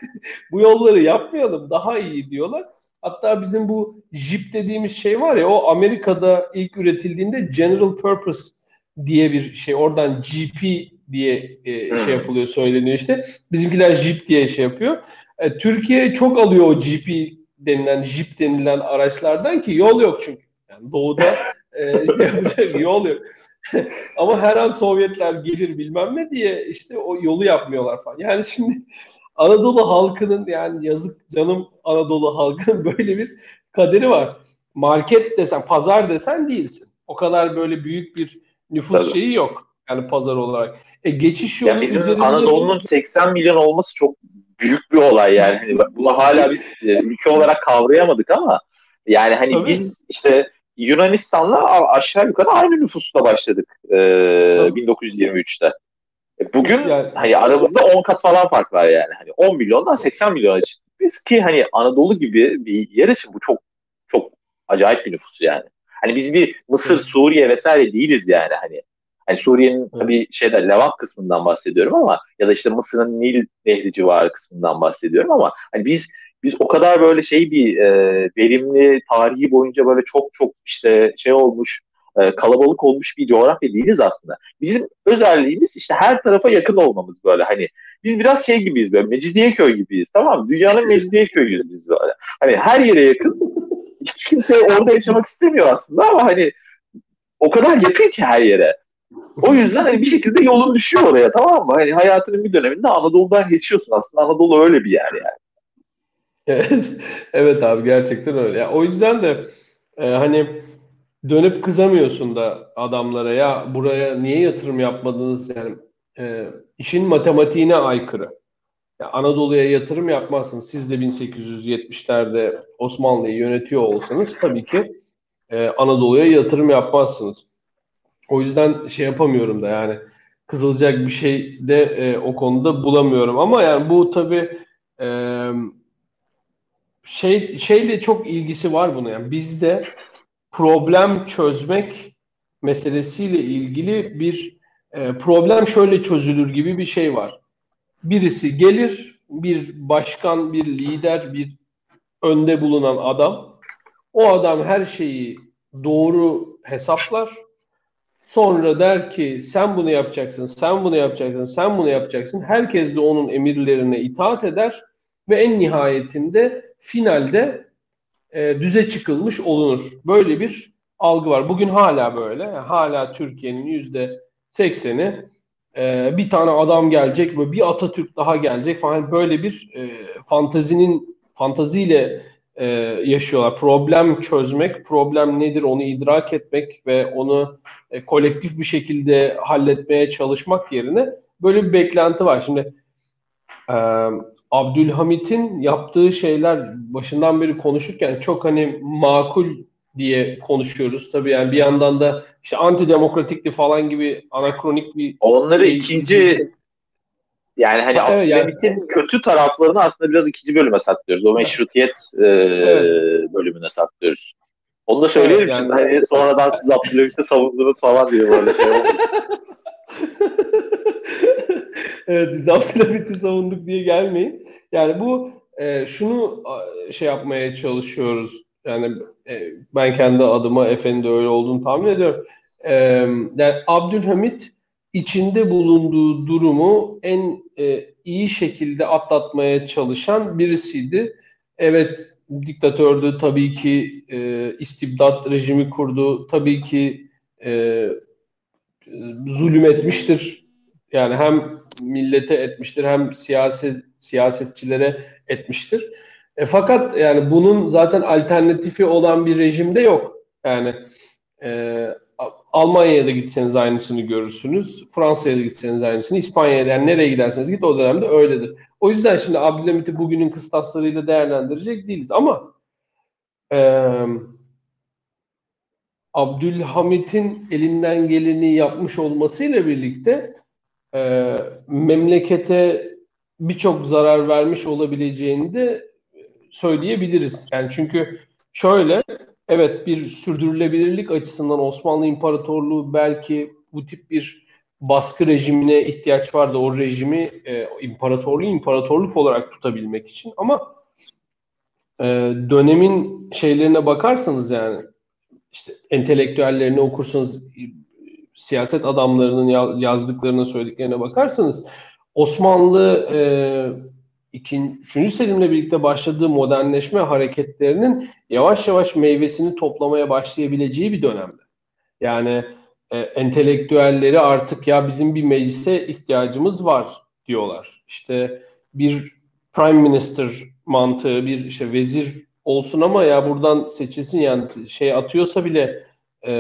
Bu yolları yapmayalım, daha iyi diyorlar. Hatta bizim bu Jeep dediğimiz şey var ya, o Amerika'da ilk üretildiğinde General Purpose diye bir şey, oradan G P diye e, şey Hmm. yapılıyor, söyleniyor işte. Bizimkiler Jeep diye şey yapıyor. E, Türkiye çok alıyor o G P denilen, Jeep denilen araçlardan, ki yol yok çünkü. Yani doğuda e, şey yapacak yol yok. Ama her an Sovyetler gelir bilmem ne diye işte o yolu yapmıyorlar falan. Yani şimdi Anadolu halkının, yani yazık canım Anadolu halkının böyle bir kaderi var. Market desen, pazar desen değilsin. O kadar böyle büyük bir nüfus Tabii. şeyi yok. Yani pazar olarak. E, geçiş Ya yolu bizim üzerinde Anadolu'nun seksen milyon olması çok büyük bir olay yani. Hani bunu hala biz e, ülke olarak kavrayamadık ama yani hani tabii, biz işte Yunanistan'la aşağı yukarı aynı nüfusta başladık e, tabii bin dokuz yüz yirmi üçte. E, bugün yani hani aramızda on kat falan fark var yani. Hani on milyondan seksen milyona çıktık. Biz ki hani Anadolu gibi bir yer için bu çok çok acayip bir nüfus yani. Hani biz bir Mısır, evet, Suriye vesaire değiliz yani hani. Hani Suriye'nin evet. tabii şeyde Levant kısmından bahsediyorum ama ya da işte Mısır'ın Nil Nehri civarı kısmından bahsediyorum ama hani biz biz o kadar böyle şey bir e, verimli tarihi boyunca böyle çok çok işte şey olmuş e, kalabalık olmuş bir coğrafya değiliz aslında. Bizim özelliğimiz işte her tarafa yakın olmamız böyle hani. Biz biraz şey gibiyiz böyle Mecidiyeköy gibiyiz, tamam mı? Dünyanın Mecidiyeköy'üyüz biz böyle. Hani her yere yakın. Hiç kimse orada yaşamak istemiyor aslında ama hani o kadar yakın ki her yere. O yüzden hani bir şekilde yolun düşüyor oraya, tamam mı? Hani hayatının bir döneminde Anadolu'dan geçiyorsun. Aslında Anadolu öyle bir yer yani. Evet, evet abi, gerçekten öyle. Ya, o yüzden de e, hani dönüp kızamıyorsun da adamlara, ya buraya niye yatırım yapmadınız, yani e, işin matematiğine aykırı. Ya Anadolu'ya yatırım yapmazsınız. Siz de bin sekiz yüz yetmişlerde Osmanlı'yı yönetiyor olsanız tabii ki e, Anadolu'ya yatırım yapmazsınız. O yüzden şey yapamıyorum da, yani kızılacak bir şey de e, o konuda bulamıyorum. Ama yani bu tabii e, şey şeyle çok ilgisi var bunun. Yani bizde problem çözmek meselesiyle ilgili bir e, problem şöyle çözülür gibi bir şey var. Birisi gelir, bir başkan, bir lider, bir önde bulunan adam. O adam her şeyi doğru hesaplar. Sonra der ki sen bunu yapacaksın, sen bunu yapacaksın, sen bunu yapacaksın. Herkes de onun emirlerine itaat eder ve en nihayetinde finalde e, düze çıkılmış olunur. Böyle bir algı var. Bugün hala böyle. Hala Türkiye'nin yüzde sekseni e, bir tane adam gelecek ve bir Atatürk daha gelecek falan, böyle bir e, fantazinin fantaziyle e, yaşıyorlar. Problem çözmek, problem nedir onu idrak etmek ve onu e, kolektif bir şekilde halletmeye çalışmak yerine böyle bir beklenti var. Şimdi ee, Abdülhamit'in yaptığı şeyler başından beri konuşurken çok hani makul diye konuşuyoruz. Tabii yani bir yandan da işte antidemokratikti falan gibi anakronik bir Onları şey ikinci izleyecek. yani hani Ha, evet yani, Abdülhamit'in kötü taraflarını aslında biraz ikinci bölüme saklıyoruz. O meşrutiyet e, evet, bölümüne saklıyoruz. Onu da evet söyleyelim şimdi yani. hani sonradan siz Abdülhamit'i savundunuz falan diye böyle şey olmasın. Evet, biz Abdülhamit'i savunduk diye gelmeyin. Yani bu e, şunu a, şey yapmaya çalışıyoruz. Yani e, ben kendi adıma efendi öyle olduğunu tahmin ediyorum. E, yani Abdülhamit içinde bulunduğu durumu en e, iyi şekilde atlatmaya çalışan birisiydi. Evet, diktatördü, tabii ki e, istibdat rejimi kurdu, tabii ki e, zulüm etmiştir. Yani hem millete etmiştir hem siyaset siyasetçilere etmiştir. E, fakat yani bunun zaten alternatifi olan bir rejimde yok. Yani e, Almanya'ya da gitseniz aynısını görürsünüz. Fransa'ya da gitseniz aynısını. İspanya'ya da, yani nereye giderseniz git o dönemde öyledir. O yüzden şimdi Abdülhamit'i bugünün kıstaslarıyla değerlendirecek değiliz ama e, Abdülhamit'in elinden geleni yapmış olmasıyla birlikte e, memlekete birçok zarar vermiş olabileceğini de söyleyebiliriz. Yani çünkü şöyle, evet, bir sürdürülebilirlik açısından Osmanlı İmparatorluğu belki bu tip bir baskı rejimine ihtiyaç vardı. O rejimi e, imparatorluğu imparatorluk olarak tutabilmek için. Ama e, dönemin şeylerine bakarsanız, yani işte entelektüellerini okursanız, siyaset adamlarının yazdıklarına, söylediklerine bakarsanız, Osmanlı e, ikinci, üçüncü Selim'le birlikte başladığı modernleşme hareketlerinin yavaş yavaş meyvesini toplamaya başlayabileceği bir dönemde. Yani e, entelektüelleri artık ya bizim bir meclise ihtiyacımız var diyorlar. İşte bir prime minister mantığı, bir işte vezir olsun ama ya buradan seçilsin, yani şey atıyorsa bile, e,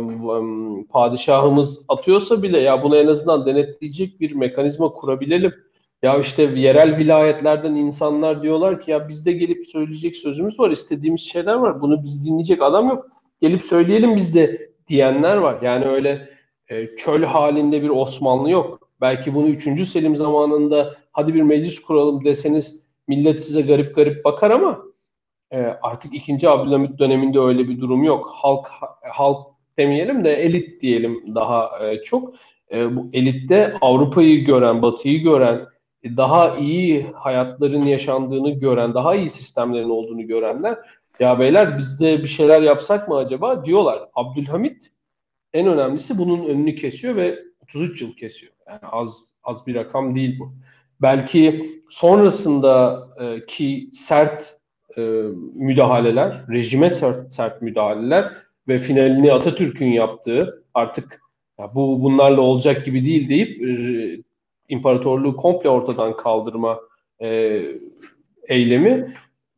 padişahımız atıyorsa bile ya bunu en azından denetleyecek bir mekanizma kurabilelim. Ya işte yerel vilayetlerden insanlar diyorlar ki ya bizde gelip söyleyecek sözümüz var, istediğimiz şeyler var. Bunu biz dinleyecek adam yok. Gelip söyleyelim biz de diyenler var. Yani öyle e, çöl halinde bir Osmanlı yok. Belki bunu üçüncü Selim zamanında hadi bir meclis kuralım deseniz millet size garip garip bakar ama e, artık ikinci Abdülhamit döneminde öyle bir durum yok. Halk halk demeyelim de elit diyelim daha e, çok. E, bu elitte Avrupa'yı gören, Batı'yı gören, e, daha iyi hayatların yaşandığını gören, daha iyi sistemlerin olduğunu görenler, ya beyler biz de bir şeyler yapsak mı acaba diyorlar. Abdülhamit en önemlisi bunun önünü kesiyor ve otuz üç yıl kesiyor. Yani az az bir rakam değil bu. Belki sonrasında e, ki sert e, müdahaleler, rejime sert, sert müdahaleler ve finalini Atatürk'ün yaptığı, artık ya bu bunlarla olacak gibi değil deyip e, imparatorluğu komple ortadan kaldırma e, eylemi,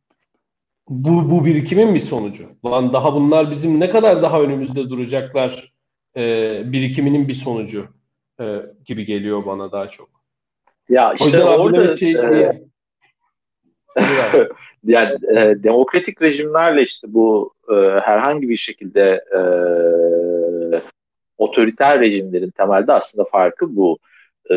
bu, bu birikimin bir sonucu. Lan daha bunlar bizim ne kadar daha önümüzde duracaklar e, birikiminin bir sonucu e, gibi geliyor bana daha çok. Ya O işte yüzden orada Abdülhamit şey e, diye. Buyur abi. yani e, demokratik rejimlerle işte bu e, herhangi bir şekilde e, otoriter rejimlerin temelde aslında farkı bu. E,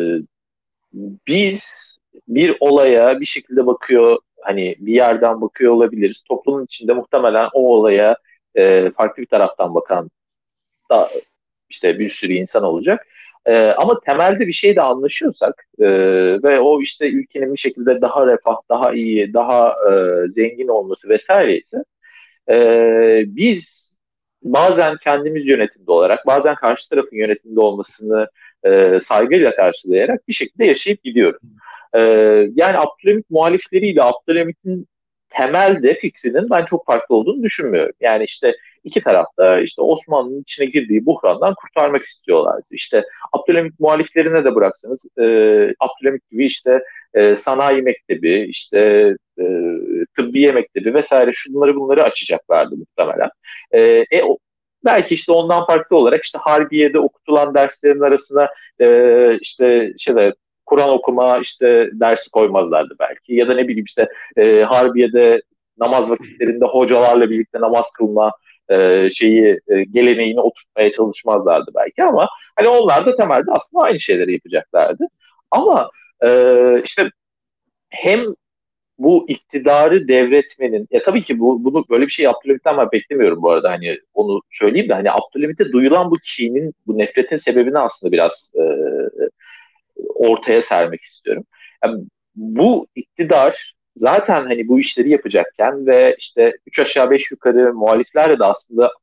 Biz bir olaya bir şekilde bakıyor, hani bir yerden bakıyor olabiliriz. Toplumun içinde muhtemelen o olaya e, farklı bir taraftan bakan da işte bir sürü insan olacak. E, ama temelde bir şey de anlaşıyorsak e, ve o işte ülkenin bir şekilde daha refah, daha iyi, daha e, zengin olması vesaire ise e, biz bazen kendimiz yönetimde olarak, bazen karşı tarafın yönetimde olmasını e, saygıyla karşılayarak bir şekilde yaşayıp gidiyoruz. E, Yani Abdülhamit muhalifleriyle Abdülhamit'in temelde fikrinin ben çok farklı olduğunu düşünmüyorum. Yani işte iki tarafta işte Osmanlı'nın içine girdiği buhrandan kurtarmak istiyorlardı. İşte Abdülhamit muhaliflerine de bıraksanız e, Abdülhamit gibi işte e, sanayi mektebi, işte e, tıbbiye mektebi vesaire şunları bunları açacaklardı muhtemelen. E, e, o, belki işte ondan farklı olarak işte Harbiye'de okutulan derslerin arasına e, işte şeyde Kur'an okuma işte dersi koymazlardı belki. Ya da ne bileyim işte e, Harbiye'de namaz vakitlerinde hocalarla birlikte namaz kılma e, şeyi e, geleneğini oturtmaya çalışmazlardı belki ama hani onlar da temelde aslında aynı şeyleri yapacaklardı. Ama e, işte hem bu iktidarı devretmenin ya tabii ki bu bunu böyle bir şey Abdülhamit'ten ben beklemiyorum bu arada hani onu söyleyeyim de hani Abdülhamit'e duyulan bu kinin bu nefretin sebebini aslında biraz e, ortaya sermek istiyorum. Yani bu iktidar zaten hani bu işleri yapacakken ve işte üç aşağı beş yukarı muhaliflerle de aslında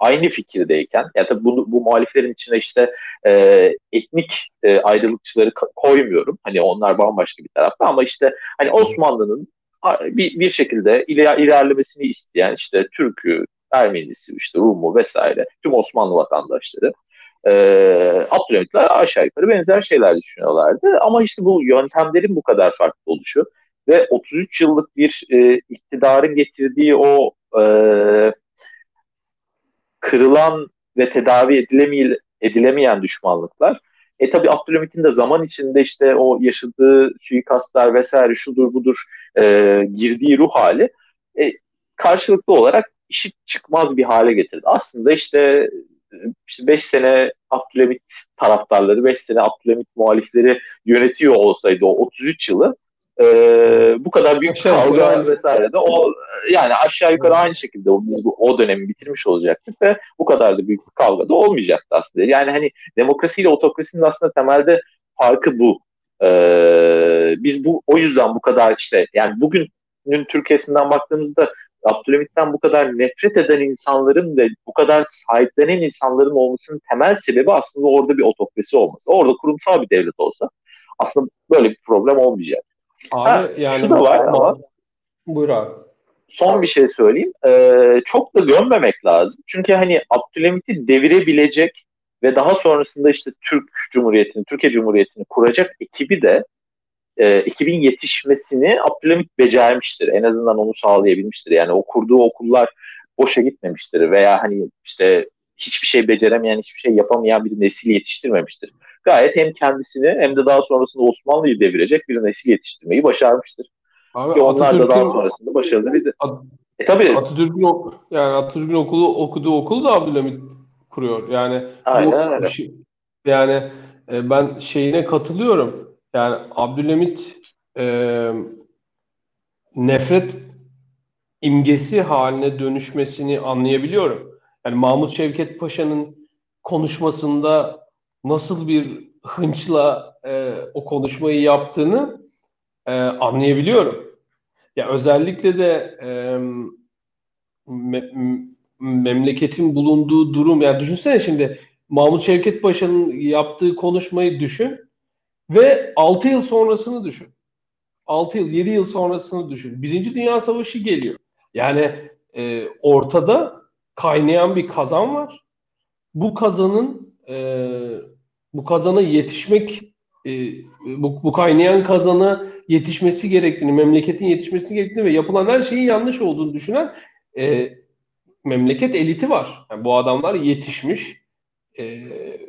aynı fikirdeyken, yani tabii bu, bu muhaliflerin içine işte e, etnik e, ayrılıkçıları ka- koymuyorum. Hani onlar bambaşka bir tarafta ama işte hani Osmanlı'nın bir, bir şekilde iler, ilerlemesini isteyen işte Türk'ü, Ermenisi, işte Rum'u vesaire tüm Osmanlı vatandaşları e, Abdülhamitler aşağı yukarı benzer şeyler düşünüyorlardı. Ama işte bu yöntemlerin bu kadar farklı oluşu ve otuz üç yıllık bir e, iktidarın getirdiği o e, kırılan ve tedavi edileme, edilemeyen düşmanlıklar. E tabi Abdülhamit'in de zaman içinde işte o yaşadığı suikastlar vesaire şudur budur e, girdiği ruh hali e, karşılıklı olarak işi çıkmaz bir hale getirdi. Aslında işte işte beş sene Abdülhamit taraftarları, beş sene Abdülhamit muhalifleri yönetiyor olsaydı o otuz üç yılı e, bu kadar büyük Aşağı yukarı kavga aynı. vesaire de o yani aşağı yukarı aynı şekilde o, o dönemi bitirmiş olacaktık ve bu kadar da büyük bir kavga da olmayacaktı aslında. Yani hani demokrasiyle otokrasinin aslında temelde farkı bu. Ee, biz bu o yüzden bu kadar işte yani bugünün Türkiye'sinden baktığımızda Abdülhamit'ten bu kadar nefret eden insanların ve bu kadar sahiplenen insanların olmasının temel sebebi aslında orada bir otokrasi olması. Orada kurumsal bir devlet olsa aslında böyle bir problem olmayacak. Ha, Abi yani şu da var ama ma- buyur abi. son bir şey söyleyeyim. Ee, çok da gömmemek lazım. Çünkü hani Abdülhamit'i devirebilecek ve daha sonrasında işte Türk Cumhuriyeti'ni, Türkiye Cumhuriyeti'ni kuracak ekibi de e, ekibin yetişmesini Abdülhamit becermiştir. En azından onu sağlayabilmiştir. Yani o kurduğu okullar boşa gitmemiştir veya hani işte hiçbir şey beceremeyen, hiçbir şey yapamayan bir nesil yetiştirmemiştir. Gayet hem kendisini hem de daha sonrasında Osmanlı'yı devirecek bir nesil yetiştirmeyi başarmıştır. Abi Ki onlar da daha Atatürk'ün sonrasında başarılı bir de. At- E tabii Atatürk'ün ok- yani Atatürk'ün okulu okuduğu okulu da Abdülhamit kuruyor. Yani aynen bu öyle. şi- yani e, ben şeyine katılıyorum. Yani Abdülhamit e, nefret imgesi haline dönüşmesini anlayabiliyorum. Yani Mahmut Şevket Paşa'nın konuşmasında nasıl bir hınçla e, o konuşmayı yaptığını e, anlayabiliyorum. Ya özellikle de e, me- memleketin bulunduğu durum. Yani düşünsene şimdi Mahmut Şevket Paşa'nın yaptığı konuşmayı düşün ve altı yıl sonrasını düşün. altı yıl, yedi yıl sonrasını düşün. Birinci Dünya Savaşı geliyor. Yani e, ortada kaynayan bir kazan var. Bu kazanın e, bu kazana yetişmek e, bu, bu kaynayan kazana yetişmesi gerektiğini, memleketin yetişmesi gerektiğini ve yapılan her şeyin yanlış olduğunu düşünen e, memleket eliti var. Yani bu adamlar yetişmiş, e,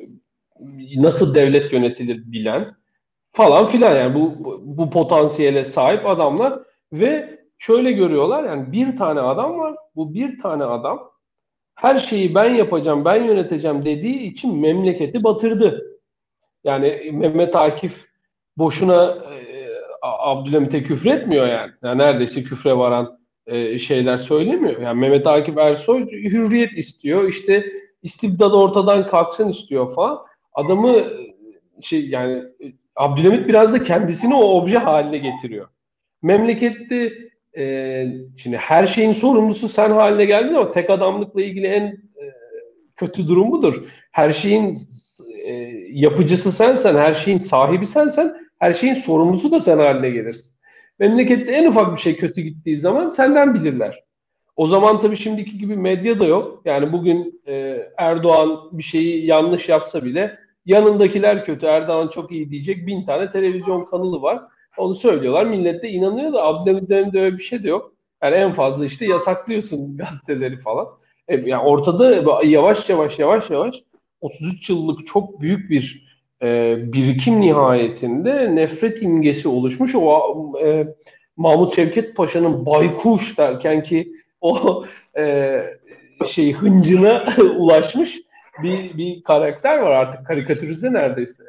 nasıl devlet yönetilir bilen falan filan yani bu, bu bu potansiyele sahip adamlar ve şöyle görüyorlar yani bir tane adam var. Bu bir tane adam her şeyi ben yapacağım, ben yöneteceğim dediği için memleketi batırdı. Yani Mehmet Akif boşuna e, Abdülhamit'e küfür etmiyor yani. Yani neredeyse küfre varan e, şeyler söylemiyor. Yani Mehmet Akif Ersoy hürriyet istiyor. İşte istibdad ortadan kalksın istiyor falan. Adamı e, şey yani e, Abdülhamit biraz da kendisini o obje haline getiriyor. Memlekette e, şimdi her şeyin sorumlusu sen haline geldin ama tek adamlıkla ilgili en e, kötü durum budur. Her şeyin e, yapıcısı sensen, her şeyin sahibi sensen, her şeyin sorumlusu da sen haline gelirsin. Memlekette en ufak bir şey kötü gittiği zaman senden bilirler. O zaman tabii şimdiki gibi medya da yok. Yani bugün e, Erdoğan bir şeyi yanlış yapsa bile yanındakiler kötü, Erdoğan çok iyi diyecek bin tane televizyon kanalı var. Onu söylüyorlar. Millet de inanıyor da Abdülhamit döneminde öyle bir şey de yok. Yani en fazla işte yasaklıyorsun gazeteleri falan. E, yani ortada yavaş yavaş yavaş yavaş otuz üç yıllık çok büyük bir e, birikim nihayetinde nefret imgesi oluşmuş. O e, Mahmut Şevket Paşa'nın baykuş derken ki o e, şey hıncına ulaşmış bir bir karakter var artık karikatürize neredeyse.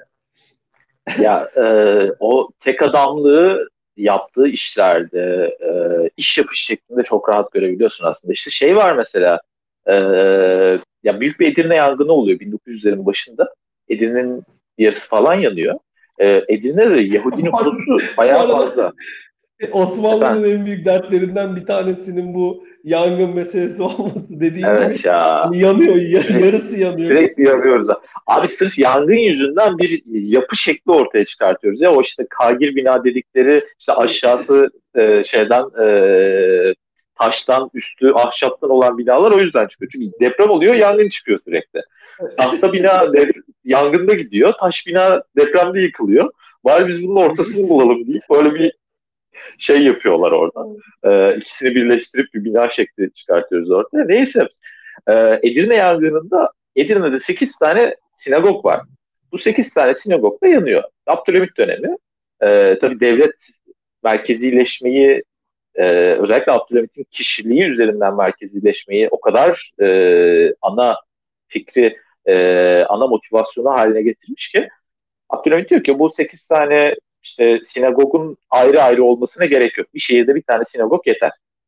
Ya e, o tek adamlığı yaptığı işlerde e, iş yapış şeklinde çok rahat görebiliyorsun aslında. İşte şey var mesela e, ya büyük bir Edirne yangını oluyor bin dokuz yüzlerin başında. Edirne'nin yarısı falan yanıyor. E, Edirne'de Yahudi nüfusu Bu bayağı arada fazla. Osmanlı'nın Efendim? en büyük dertlerinden bir tanesinin bu yangın meselesi olması dediğinde Evet ya. hani yanıyor, Sürekli, yarısı yanıyor. sürekli yanıyoruz. Abi sırf yangın yüzünden bir yapı şekli ortaya çıkartıyoruz. Ya o işte kagir bina dedikleri işte aşağısı e, şeyden e, taştan üstü ahşaptan olan binalar o yüzden çıkıyor. Çünkü deprem oluyor, yangın çıkıyor sürekli. Tahta bina de, yangında gidiyor, taş bina depremde yıkılıyor. Bari biz bunun ortasını bulalım deyip böyle bir şey yapıyorlar orada. Ee, ikisini birleştirip bir bina şekli çıkartıyoruz ortaya. Neyse, e, Edirne yangınında Edirne'de sekiz tane sinagog var. Bu sekiz tane sinagog da yanıyor. Abdülhamit dönemi. Ee, tabii devlet merkezileşmeyi, e, özellikle Abdülhamit'in kişiliği üzerinden merkezileşmeyi o kadar e, ana fikri, e, ana motivasyonu haline getirmiş ki Abdülhamit diyor ki bu sekiz tane işte sinagogun ayrı ayrı olmasına gerek yok. Bir şehirde bir tane sinagog yeter.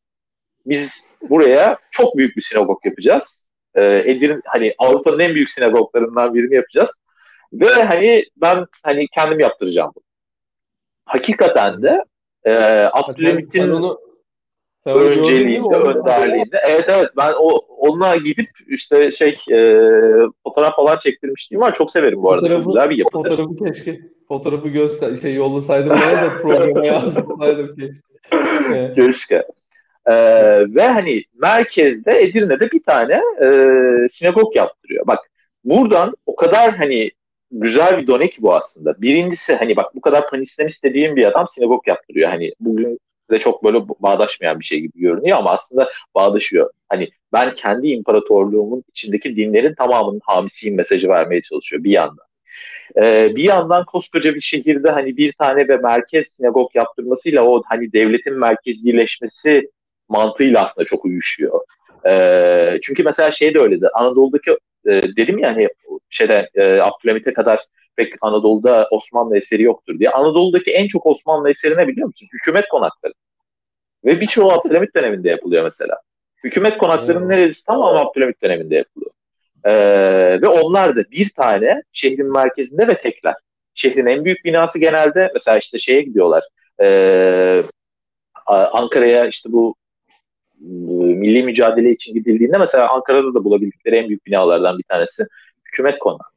Biz buraya çok büyük bir sinagog yapacağız. Ee, Edirne, hani Avrupa'nın en büyük sinagoglarından birini yapacağız. Ve hani ben hani kendim yaptıracağım bunu. Hakikaten de e, Sen, sen Abdülhamit'in onu sen onu gördün değil mi? önceliğinde, Onu, önderliğinde. Evet evet, ben o onunla gidip işte şey e, fotoğraf falan çektirmiştim var. Çok severim bu arada. Çok fotoğrafı güzel bir yapıdır. fotoğrafı keşke fotoğrafı göster şey yollasaydın bana da programa yansıtsaydım keşke. Evet. Keşke. Ee, ve hani merkezde Edirne'de bir tane e, sinagog yaptırıyor. Bak buradan o kadar hani güzel bir done ki bu aslında. Birincisi hani bak bu kadar panislemiş dediğim bir adam sinagog yaptırıyor. Hani bugün de çok böyle bağdaşmayan bir şey gibi görünüyor ama aslında bağdaşıyor. Hani ben kendi imparatorluğumun içindeki dinlerin tamamının hamisiyim mesajı vermeye çalışıyor bir yandan. Ee, bir yandan koskoca bir şehirde hani bir tane ve merkez sinagog yaptırmasıyla o hani devletin merkezileşmesi mantığıyla aslında çok uyuşuyor. Ee, çünkü mesela şey de öyledir. Anadolu'daki e, dedim ya hani şeyde e, Abdülhamit'e kadar pek Anadolu'da Osmanlı eseri yoktur diye. Anadolu'daki en çok Osmanlı eseri ne biliyor musun? Hükümet konakları. Ve birçoğu Abdülhamit döneminde yapılıyor mesela. Hükümet konaklarının Evet. neresi tamam Abdülhamit döneminde yapılıyor. Ee, ve onlar da bir tane şehrin merkezinde ve tekler. Şehrin en büyük binası genelde mesela işte şeye gidiyorlar. Ee, Ankara'ya işte bu milli mücadele için gidildiğinde mesela Ankara'da da bulabildikleri en büyük binalardan bir tanesi hükümet konağı.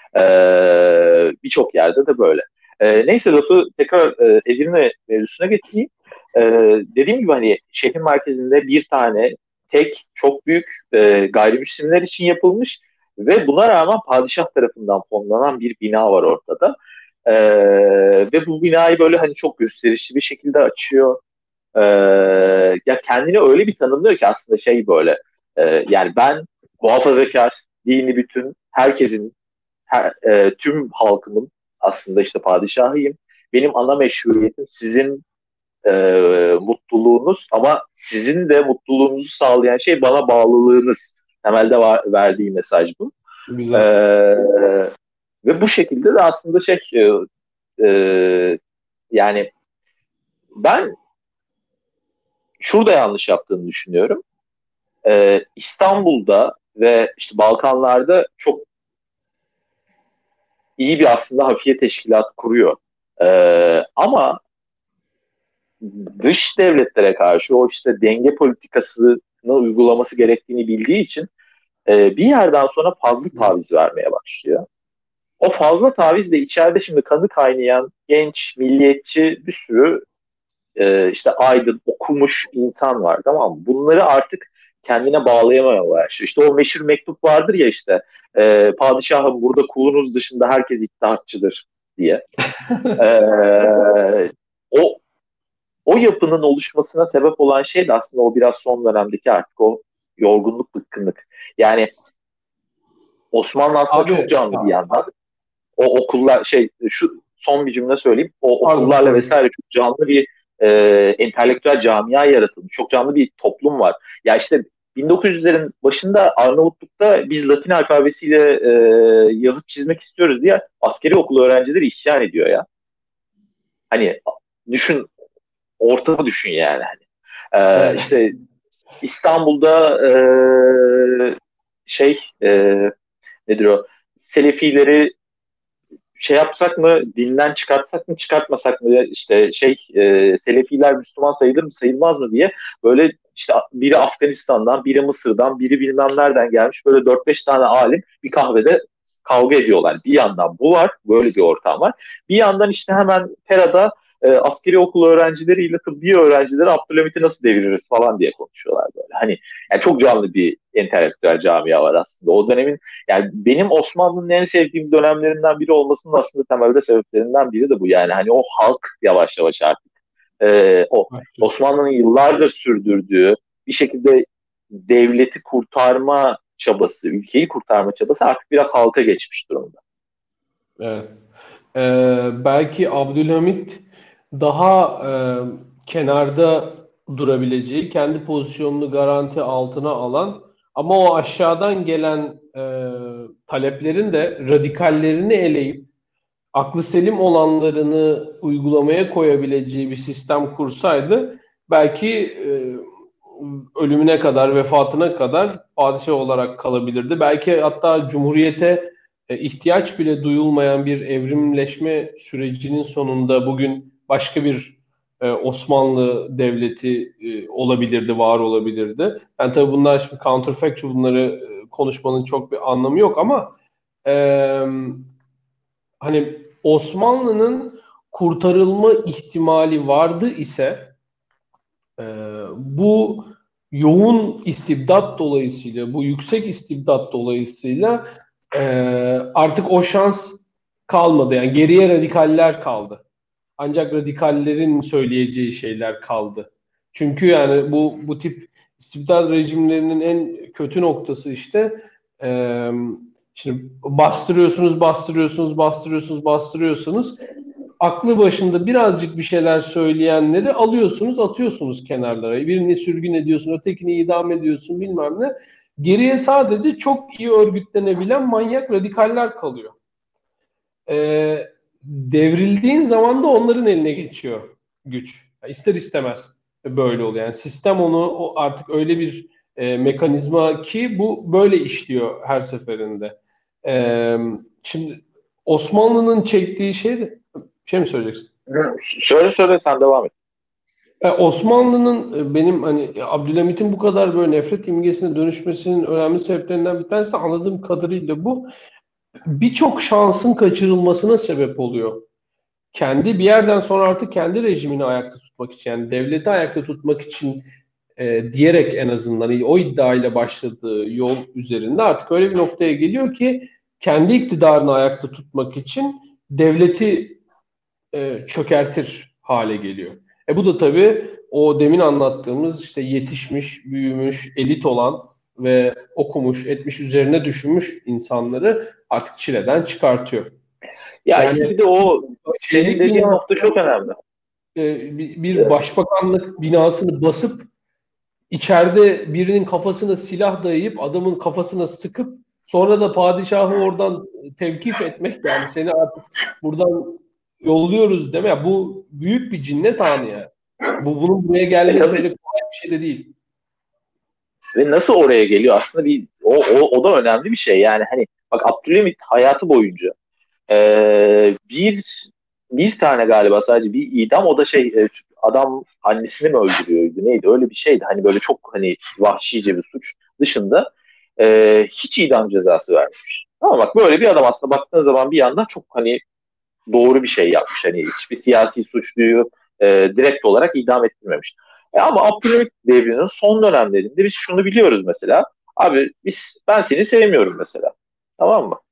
Ee, Birçok yerde de böyle. Ee, neyse lafı tekrar e, Edirne mevzusuna getireyim. Ee, Dediğim gibi hani şehrin merkezinde bir tane tek çok büyük e, gayrimüslimler için yapılmış ve buna rağmen padişah tarafından fonlanan bir bina var ortada. Ee, Ve bu binayı böyle hani çok gösterişli bir şekilde açıyor. Ee, Ya kendini öyle bir tanımlıyor ki aslında şey böyle e, yani ben muhafazakar, dini bütün, herkesin her, e, tüm halkımın aslında işte padişahıyım. Benim ana meşruiyetim sizin e, mutluluğunuz ama sizin de mutluluğunuzu sağlayan şey bana bağlılığınız. Temelde var, verdiği mesaj bu. E, Güzel. Ve bu şekilde de aslında şey e, e, yani ben şurada yanlış yaptığını düşünüyorum. E, İstanbul'da ve işte Balkanlarda çok iyi bir aslında hafiye teşkilat kuruyor. E, ama dış devletlere karşı o işte denge politikasını uygulaması gerektiğini bildiği için e, bir yerden sonra fazla taviz vermeye başlıyor. O fazla tavizle içeride şimdi kanı kaynayan genç, milliyetçi bir sürü e, işte aydın, okumuş insan var, tamam mı? Bunları artık kendine bağlayamaya başlıyor. İşte o meşhur mektup vardır ya işte e, padişahım burada kulunuz dışında herkes iddiatçıdır diye. E, o o yapının oluşmasına sebep olan şey de aslında o biraz son dönemdeki artık o yorgunluk, bıkkınlık. Yani Osmanlı aslında çok Abi canlı bir yandan. O okullar şey şu son bir cümle söyleyeyim. O pardon okullarla pardon. vesaire çok canlı bir e, entelektüel camia yaratılmış. Çok canlı bir toplum var. Ya işte bin dokuz yüzlerin başında Arnavutluk'ta biz Latin alfabesiyle e, yazıp çizmek istiyoruz diye askeri okul öğrencileri isyan ediyor ya. Hani düşün, ortamı düşün yani. Hani. Ee, Evet. işte İstanbul'da e, şey e, nedir o? Selefileri şey yapsak mı, dinden çıkartsak mı, çıkartmasak mı, işte şey e, Selefiler Müslüman sayılır mı, sayılmaz mı diye böyle işte biri Afganistan'dan, biri Mısır'dan, biri bilmem nereden gelmiş böyle dört beş tane alim bir kahvede kavga ediyorlar. Bir yandan bu var, böyle bir ortam var. Bir yandan işte hemen Pera'da e, askeri okul öğrencileriyle tıbbi öğrencileri Abdülhamit'i nasıl deviririz falan diye konuşuyorlar böyle. Hani yani çok canlı bir entelektüel camia var aslında. O dönemin yani benim Osmanlı'nın en sevdiğim dönemlerinden biri olmasının aslında temelde sebeplerinden biri de bu. Yani hani o halk yavaş yavaş artık e, o Osmanlı'nın yıllardır sürdürdüğü bir şekilde devleti kurtarma çabası, ülkeyi kurtarma çabası artık biraz halka geçmiş durumda. Evet. Ee, belki Abdülhamit daha e, kenarda durabileceği, kendi pozisyonunu garanti altına alan ama o aşağıdan gelen e, taleplerin de radikallerini eleyip aklı selim olanlarını uygulamaya koyabileceği bir sistem kursaydı belki e, ölümüne kadar, vefatına kadar padişah olarak kalabilirdi. Belki hatta Cumhuriyete e, ihtiyaç bile duyulmayan bir evrimleşme sürecinin sonunda bugün başka bir e, Osmanlı devleti e, olabilirdi, var olabilirdi. Yani tabii bunlar şimdi counterfactual, bunları e, konuşmanın çok bir anlamı yok ama e, hani Osmanlı'nın kurtarılma ihtimali vardı ise e, bu yoğun istibdat dolayısıyla, bu yüksek istibdat dolayısıyla e, artık o şans kalmadı. Yani geriye radikaller kaldı. Ancak radikallerin söyleyeceği şeyler kaldı. Çünkü yani bu bu tip istibdat rejimlerinin en kötü noktası işte e, şimdi bastırıyorsunuz, bastırıyorsunuz, bastırıyorsunuz, bastırıyorsunuz. Aklı başında birazcık bir şeyler söyleyenleri alıyorsunuz, atıyorsunuz kenarlara. Birini sürgün ediyorsun, ötekini idam ediyorsun, bilmem ne. Geriye sadece çok iyi örgütlenebilen manyak radikaller kalıyor. Ee, Devrildiğin zaman da onların eline geçiyor güç. İster istemez böyle oluyor. Yani sistem onu o artık öyle bir e, mekanizma ki bu böyle işliyor her seferinde. Ee, Şimdi Osmanlı'nın çektiği şey de şey mi söyleyeceksin? Şöyle söyle, sen devam et. E, Osmanlı'nın e, benim hani Abdülhamit'in bu kadar böyle nefret imgesine dönüşmesinin önemli sebeplerinden bir tanesi de anladığım kadarıyla bu birçok şansın kaçırılmasına sebep oluyor. Kendi bir yerden sonra artık kendi rejimini ayakta tutmak için, yani devleti ayakta tutmak için e, diyerek en azından o iddiayla başladığı yol üzerinde artık öyle bir noktaya geliyor ki kendi iktidarını ayakta tutmak için devleti e, çökertir hale geliyor. E bu da tabii o demin anlattığımız işte yetişmiş, büyümüş, elit olan ve okumuş, etmiş, üzerine düşünmüş insanları artık çileden çıkartıyor. Ya işte Yani bir de o senin şeylik dediğin bina, nokta çok önemli. e, bir başbakanlık binasını basıp içeride birinin kafasına silah dayayıp adamın kafasına sıkıp sonra da padişahı oradan tevkif etmek, yani seni artık buradan yolluyoruz deme. Ya bu büyük bir cinnet anı ya. Bu bunun buraya E gelmesi öyle tabii, kolay bir şey de değil. ve nasıl oraya geliyor aslında bir o, o, o da önemli bir şey. Yani hani bak, Abdülhamit hayatı boyunca e, bir bir tane galiba sadece bir idam, o da şey e, adam annesini mi öldürüyordu neydi, öyle bir şeydi. Hani böyle çok hani vahşice bir suç dışında e, hiç idam cezası vermemiş. Ama bak, böyle bir adam aslında baktığın zaman bir yandan çok hani doğru bir şey yapmış. Hani hiçbir siyasi suçluyu e, direkt olarak idam ettirmemiş. E ama Abdülhamit devrinin son dönemlerinde biz şunu biliyoruz mesela. Abi biz ben seni sevmiyorum mesela. Tamam mı?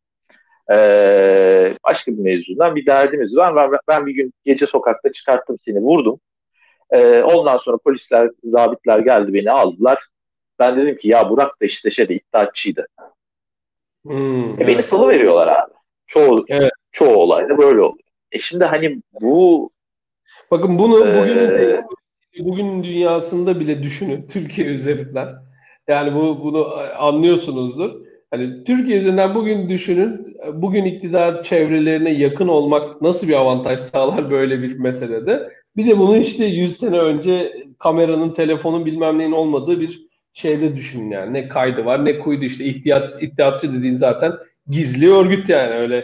Ee, başka bir mevzudan bir derdimiz var. Ben, ben bir gün gece sokakta çıkarttım seni, vurdum. Ee, ondan sonra polisler, zabitler geldi, beni aldılar. Ben dedim ki ya Burak da işte şeyde iddiatçıydı. Hmm, E beni evet. salıveriyorlar abi. Çoğu, Evet. çoğu olayda böyle oluyor. E şimdi hani bu Bakın bunu bugünün e, bugünün dünyasında bile düşünün Türkiye üzerinden. Yani bu bunu anlıyorsunuzdur. Hani Türkiye üzerinden bugün düşünün. Bugün iktidar çevrelerine yakın olmak nasıl bir avantaj sağlar böyle bir meselede? Bir de bunu işte yüz sene önce kameranın, telefonun bilmem neyin olmadığı bir şeyde düşünün yani. Ne kaydı var, ne kuydu, işte ihtiyat, iddiatçı dediğin zaten gizli örgüt, yani öyle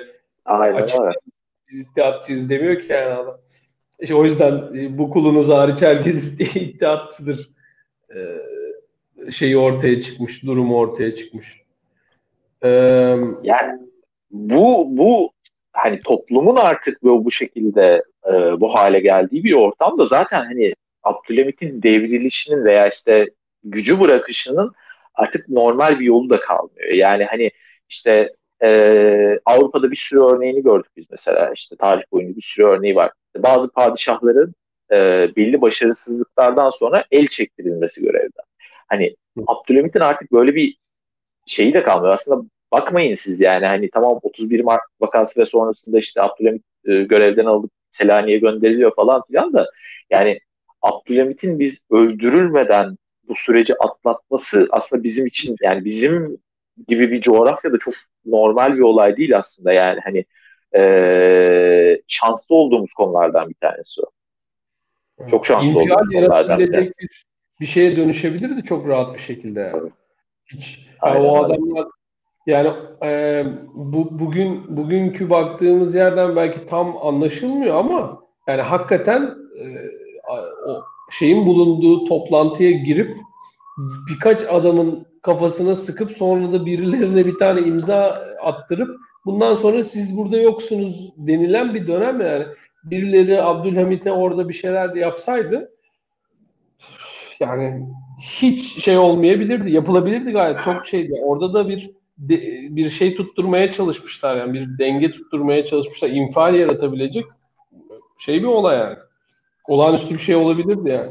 Aynen açık öyle. biz iddiatçıyız demiyor ki yani adam. İşte o yüzden e, bu kulunuz hariç herkes iddiatçıdır. E, şeyi ortaya çıkmış, durumu ortaya çıkmış. Ee, Yani bu bu hani toplumun artık bu, bu şekilde e, bu hale geldiği bir ortamda zaten hani Abdülhamit'in devrilişinin veya işte gücü bırakışının artık normal bir yolu da kalmıyor. Yani hani işte e, Avrupa'da bir sürü örneğini gördük biz mesela. İşte tarih boyunca bir sürü örneği var. Bazı padişahların e, belli başarısızlıklardan sonra el çektirilmesi görevden. Hani Abdülhamit'in artık böyle bir şeyi de kalmıyor. Aslında bakmayın siz yani hani tamam otuz bir Mart vakası ve sonrasında işte Abdülhamit e, görevden alıp Selanik'e gönderiliyor falan filan da yani Abdülhamit'in biz öldürülmeden bu süreci atlatması aslında bizim için yani bizim gibi bir coğrafyada çok normal bir olay değil aslında yani hani e, şanslı olduğumuz konulardan bir tanesi o. Çok şanslı olduğumuz infial konulardan bir yaratabilecek tanesi. bir, bir şeye dönüşebilirdi çok rahat bir şekilde yani. Tabii. Hiç. Ya Aynen o öyle. adamlar yani e, bu bugün bugünkü baktığımız yerden belki tam anlaşılmıyor ama yani hakikaten e, o şeyin bulunduğu toplantıya girip birkaç adamın kafasına sıkıp sonra da birilerine bir tane imza attırıp bundan sonra siz burada yoksunuz denilen bir dönem yani. Birileri Abdülhamit'e orada bir şeyler de yapsaydı yani hiç şey olmayabilirdi. Yapılabilirdi gayet. Çok şeydi. Orada da bir de, bir şey tutturmaya çalışmışlar yani bir denge tutturmaya çalışmışlar. İnfial yaratabilecek şey bir olay yani. Olağanüstü bir şey olabilirdi yani.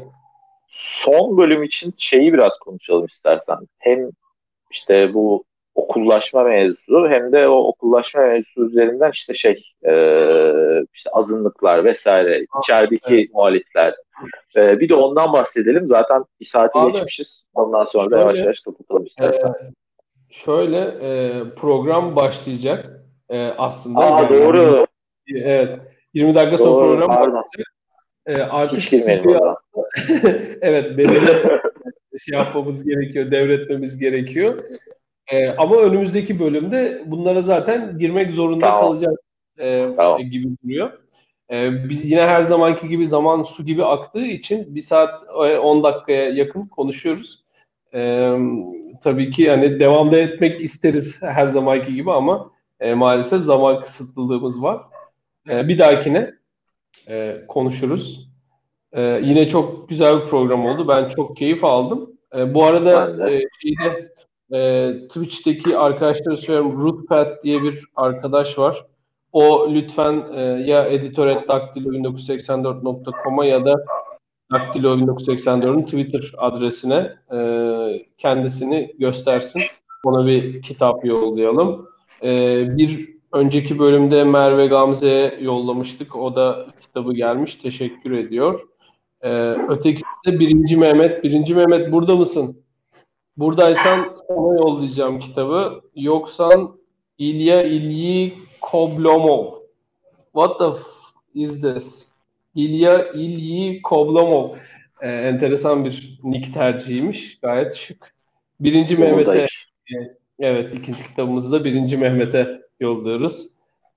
Son bölüm için şeyi biraz konuşalım istersen. Hem işte bu okullaşma mevzusu hem de o okullaşma mevzusu üzerinden işte şey e, işte azınlıklar vesaire Evet. içerideki muhalifler. E, bir de ondan bahsedelim. Zaten bir saati Abi geçmişiz. Ondan sonra da yavaş şöyle yavaş kapatalım e, istersen. şöyle e, program başlayacak. E, aslında Aa yani yirmi, doğru. evet yirmi dakika sonra Doğru. program Pardon. başlayacak. E, artık Hiç girmeyelim o stüdyoya zaman. evet belirli şey yapmamız gerekiyor, devretmemiz gerekiyor. Ee, ama önümüzdeki bölümde bunlara zaten girmek zorunda Tamam. kalacağız e, Tamam. gibi duruyor. Ee, biz yine her zamanki gibi zaman su gibi aktığı için bir saat e, on dakikaya yakın konuşuyoruz. Ee, tabii ki hani devam da etmek isteriz her zamanki gibi ama e, maalesef zaman kısıtlılığımız var. Ee, bir dahakine e, konuşuruz. Ee, yine çok güzel bir program oldu. Ben çok keyif aldım. Ee, bu Ben arada de. e, şeyde e, Twitch'teki arkadaşlara söylüyorum. Rootpad diye bir arkadaş var. O lütfen e, ya editör et daktilo bin dokuz yüz seksen dört nokta com'a ya da daktilo bin dokuz yüz seksen dört'ün Twitter adresine e, kendisini göstersin. Ona bir kitap yollayalım. E, bir önceki bölümde Merve Gamze'ye yollamıştık. O da kitabı gelmiş. Teşekkür ediyor. Ee, ötekisi de Birinci Mehmet. Birinci Mehmet burada mısın? Buradaysan sana yollayacağım kitabı. Yoksan İlya İlyi Koblomov. What the f is this? İlya İlyi Koblomov. Ee, enteresan bir nick tercihiymiş. Gayet şık. Birinci Mehmet'e Uludağ. e, evet ikinci kitabımızı da Birinci Mehmet'e yolluyoruz.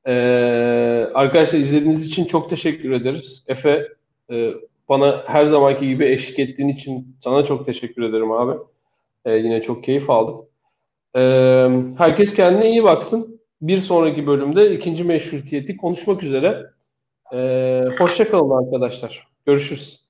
Ee, arkadaşlar izlediğiniz için çok teşekkür ederiz. Efe e, bana her zamanki gibi eşlik ettiğin için sana çok teşekkür ederim abi. Ee, yine çok keyif aldım. Ee, herkes kendine iyi baksın. Bir sonraki bölümde ikinci meşrutiyeti konuşmak üzere. Ee, hoşça kalın arkadaşlar. Görüşürüz.